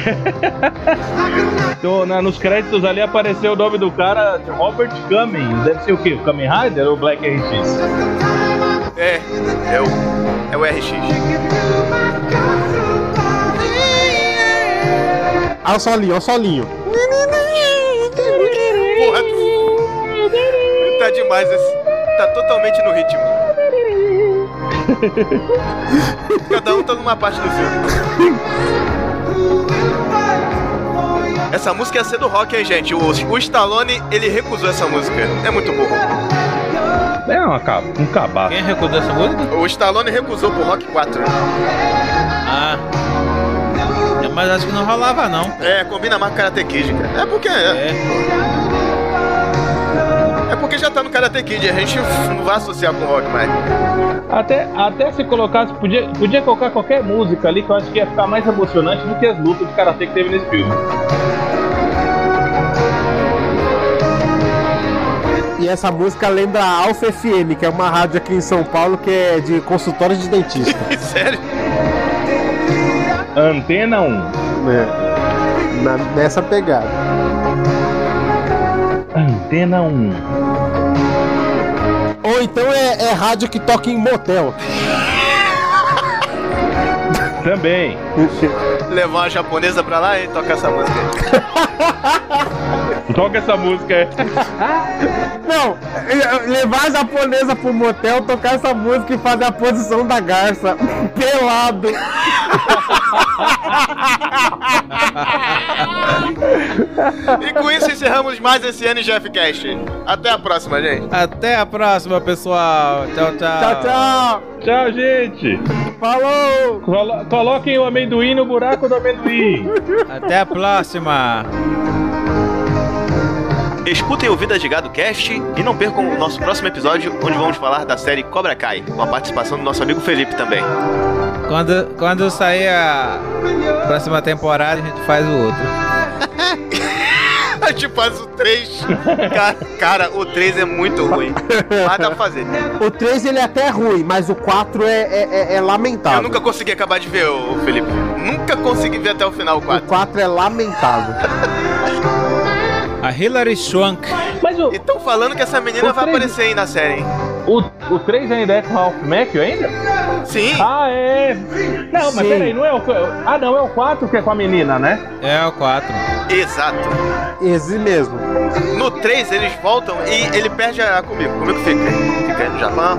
Então, nos créditos ali apareceu o nome do cara, Robert Kamen. Deve ser o quê? O Kamen Rider ou o Black RX? É o RX. Olha o solinho, Porra, tá demais esse. Tá totalmente no ritmo. Cada um tá numa parte do filme. Essa música ia ser do rock, hein, gente? O Stallone, ele recusou essa música. É muito burro. É um cabaço. Quem recusou essa música? O Stallone recusou pro Rock 4. Ah. Mas acho que não rolava, não. É, combina mais com Karate Kid, cara. É porque... É porque já tá no Karate Kid, a gente não vai associar com o rock mais. Até se colocasse, podia colocar qualquer música ali que eu acho que ia ficar mais emocionante do que as lutas de Karate que teve nesse filme. E essa música lembra a Alfa FM, que é uma rádio aqui em São Paulo que é de consultório de dentista. Sério? Antena 1. Nessa pegada. Antena 1. Ou então é rádio que toca em motel. Também. Levar uma japonesa pra lá e tocar essa música aí. Toca essa música aí. Não, levar a japonesa pro motel, tocar essa música e fazer a posição da garça. Pelado. E com isso encerramos mais esse NGFcast. Até a próxima, gente. Até a próxima, pessoal. Tchau, tchau. Tchau, tchau. Tchau, gente. Falou. Coloquem o amendoim no buraco do amendoim. Até a próxima. Escutem o Vida de Gado Cast e não percam o nosso próximo episódio, onde vamos falar da série Cobra Kai, com a participação do nosso amigo Felipe também. Quando sair a próxima temporada, a gente faz o outro. A gente faz o 3. Cara, o 3 é muito ruim. Mas dá pra fazer. O 3 ele é até ruim, mas o 4 é lamentável. Eu nunca consegui acabar de ver, o Felipe. Nunca consegui ver até o final o 4. O 4 é lamentável. A Hilary Swank. Mas E estão falando que essa menina vai aparecer aí na série, hein? O 3 ainda é com o Ralph Macchio ainda? Sim. Ah, é. Não, mas peraí, não é o... Ah, não, é o 4 que é com a menina, né? É o 4. Exato. Esse mesmo. No 3 eles voltam e ele perde a Kumiko. Kumiko fica aí no Japão.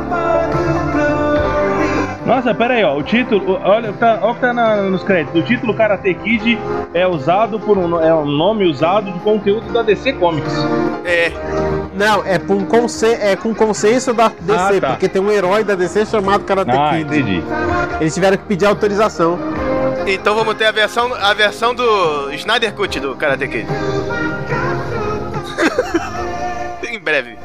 Nossa, pera aí, ó, o título, olha o que tá nos créditos. O título Karate Kid é usado é um nome usado de conteúdo da DC Comics. É. Não, é com consenso da DC, tá. Porque tem um herói da DC chamado Karate Kid. Entendi. Eles tiveram que pedir autorização. Então vamos ter a versão do Snyder Cut do Karate Kid. Em breve.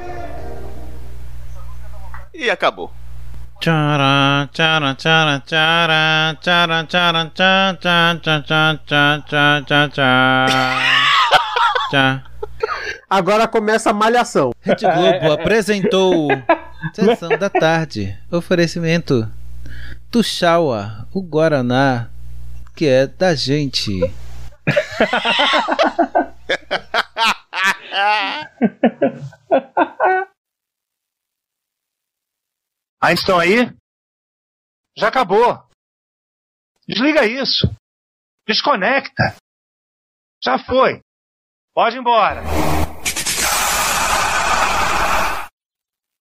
E acabou. Tcharam, tcharam, tcharam, tcharam, tcharam, tcharam, tcharam, tcharam, tcharam, tcharam, tcharam. Agora começa a malhação. Rede Globo apresentou Sessão da Tarde. Oferecimento Tuxaua, o Guaraná, que é da gente. Ainda estão aí? Já acabou. Desliga isso. Desconecta. Já foi. Pode ir embora.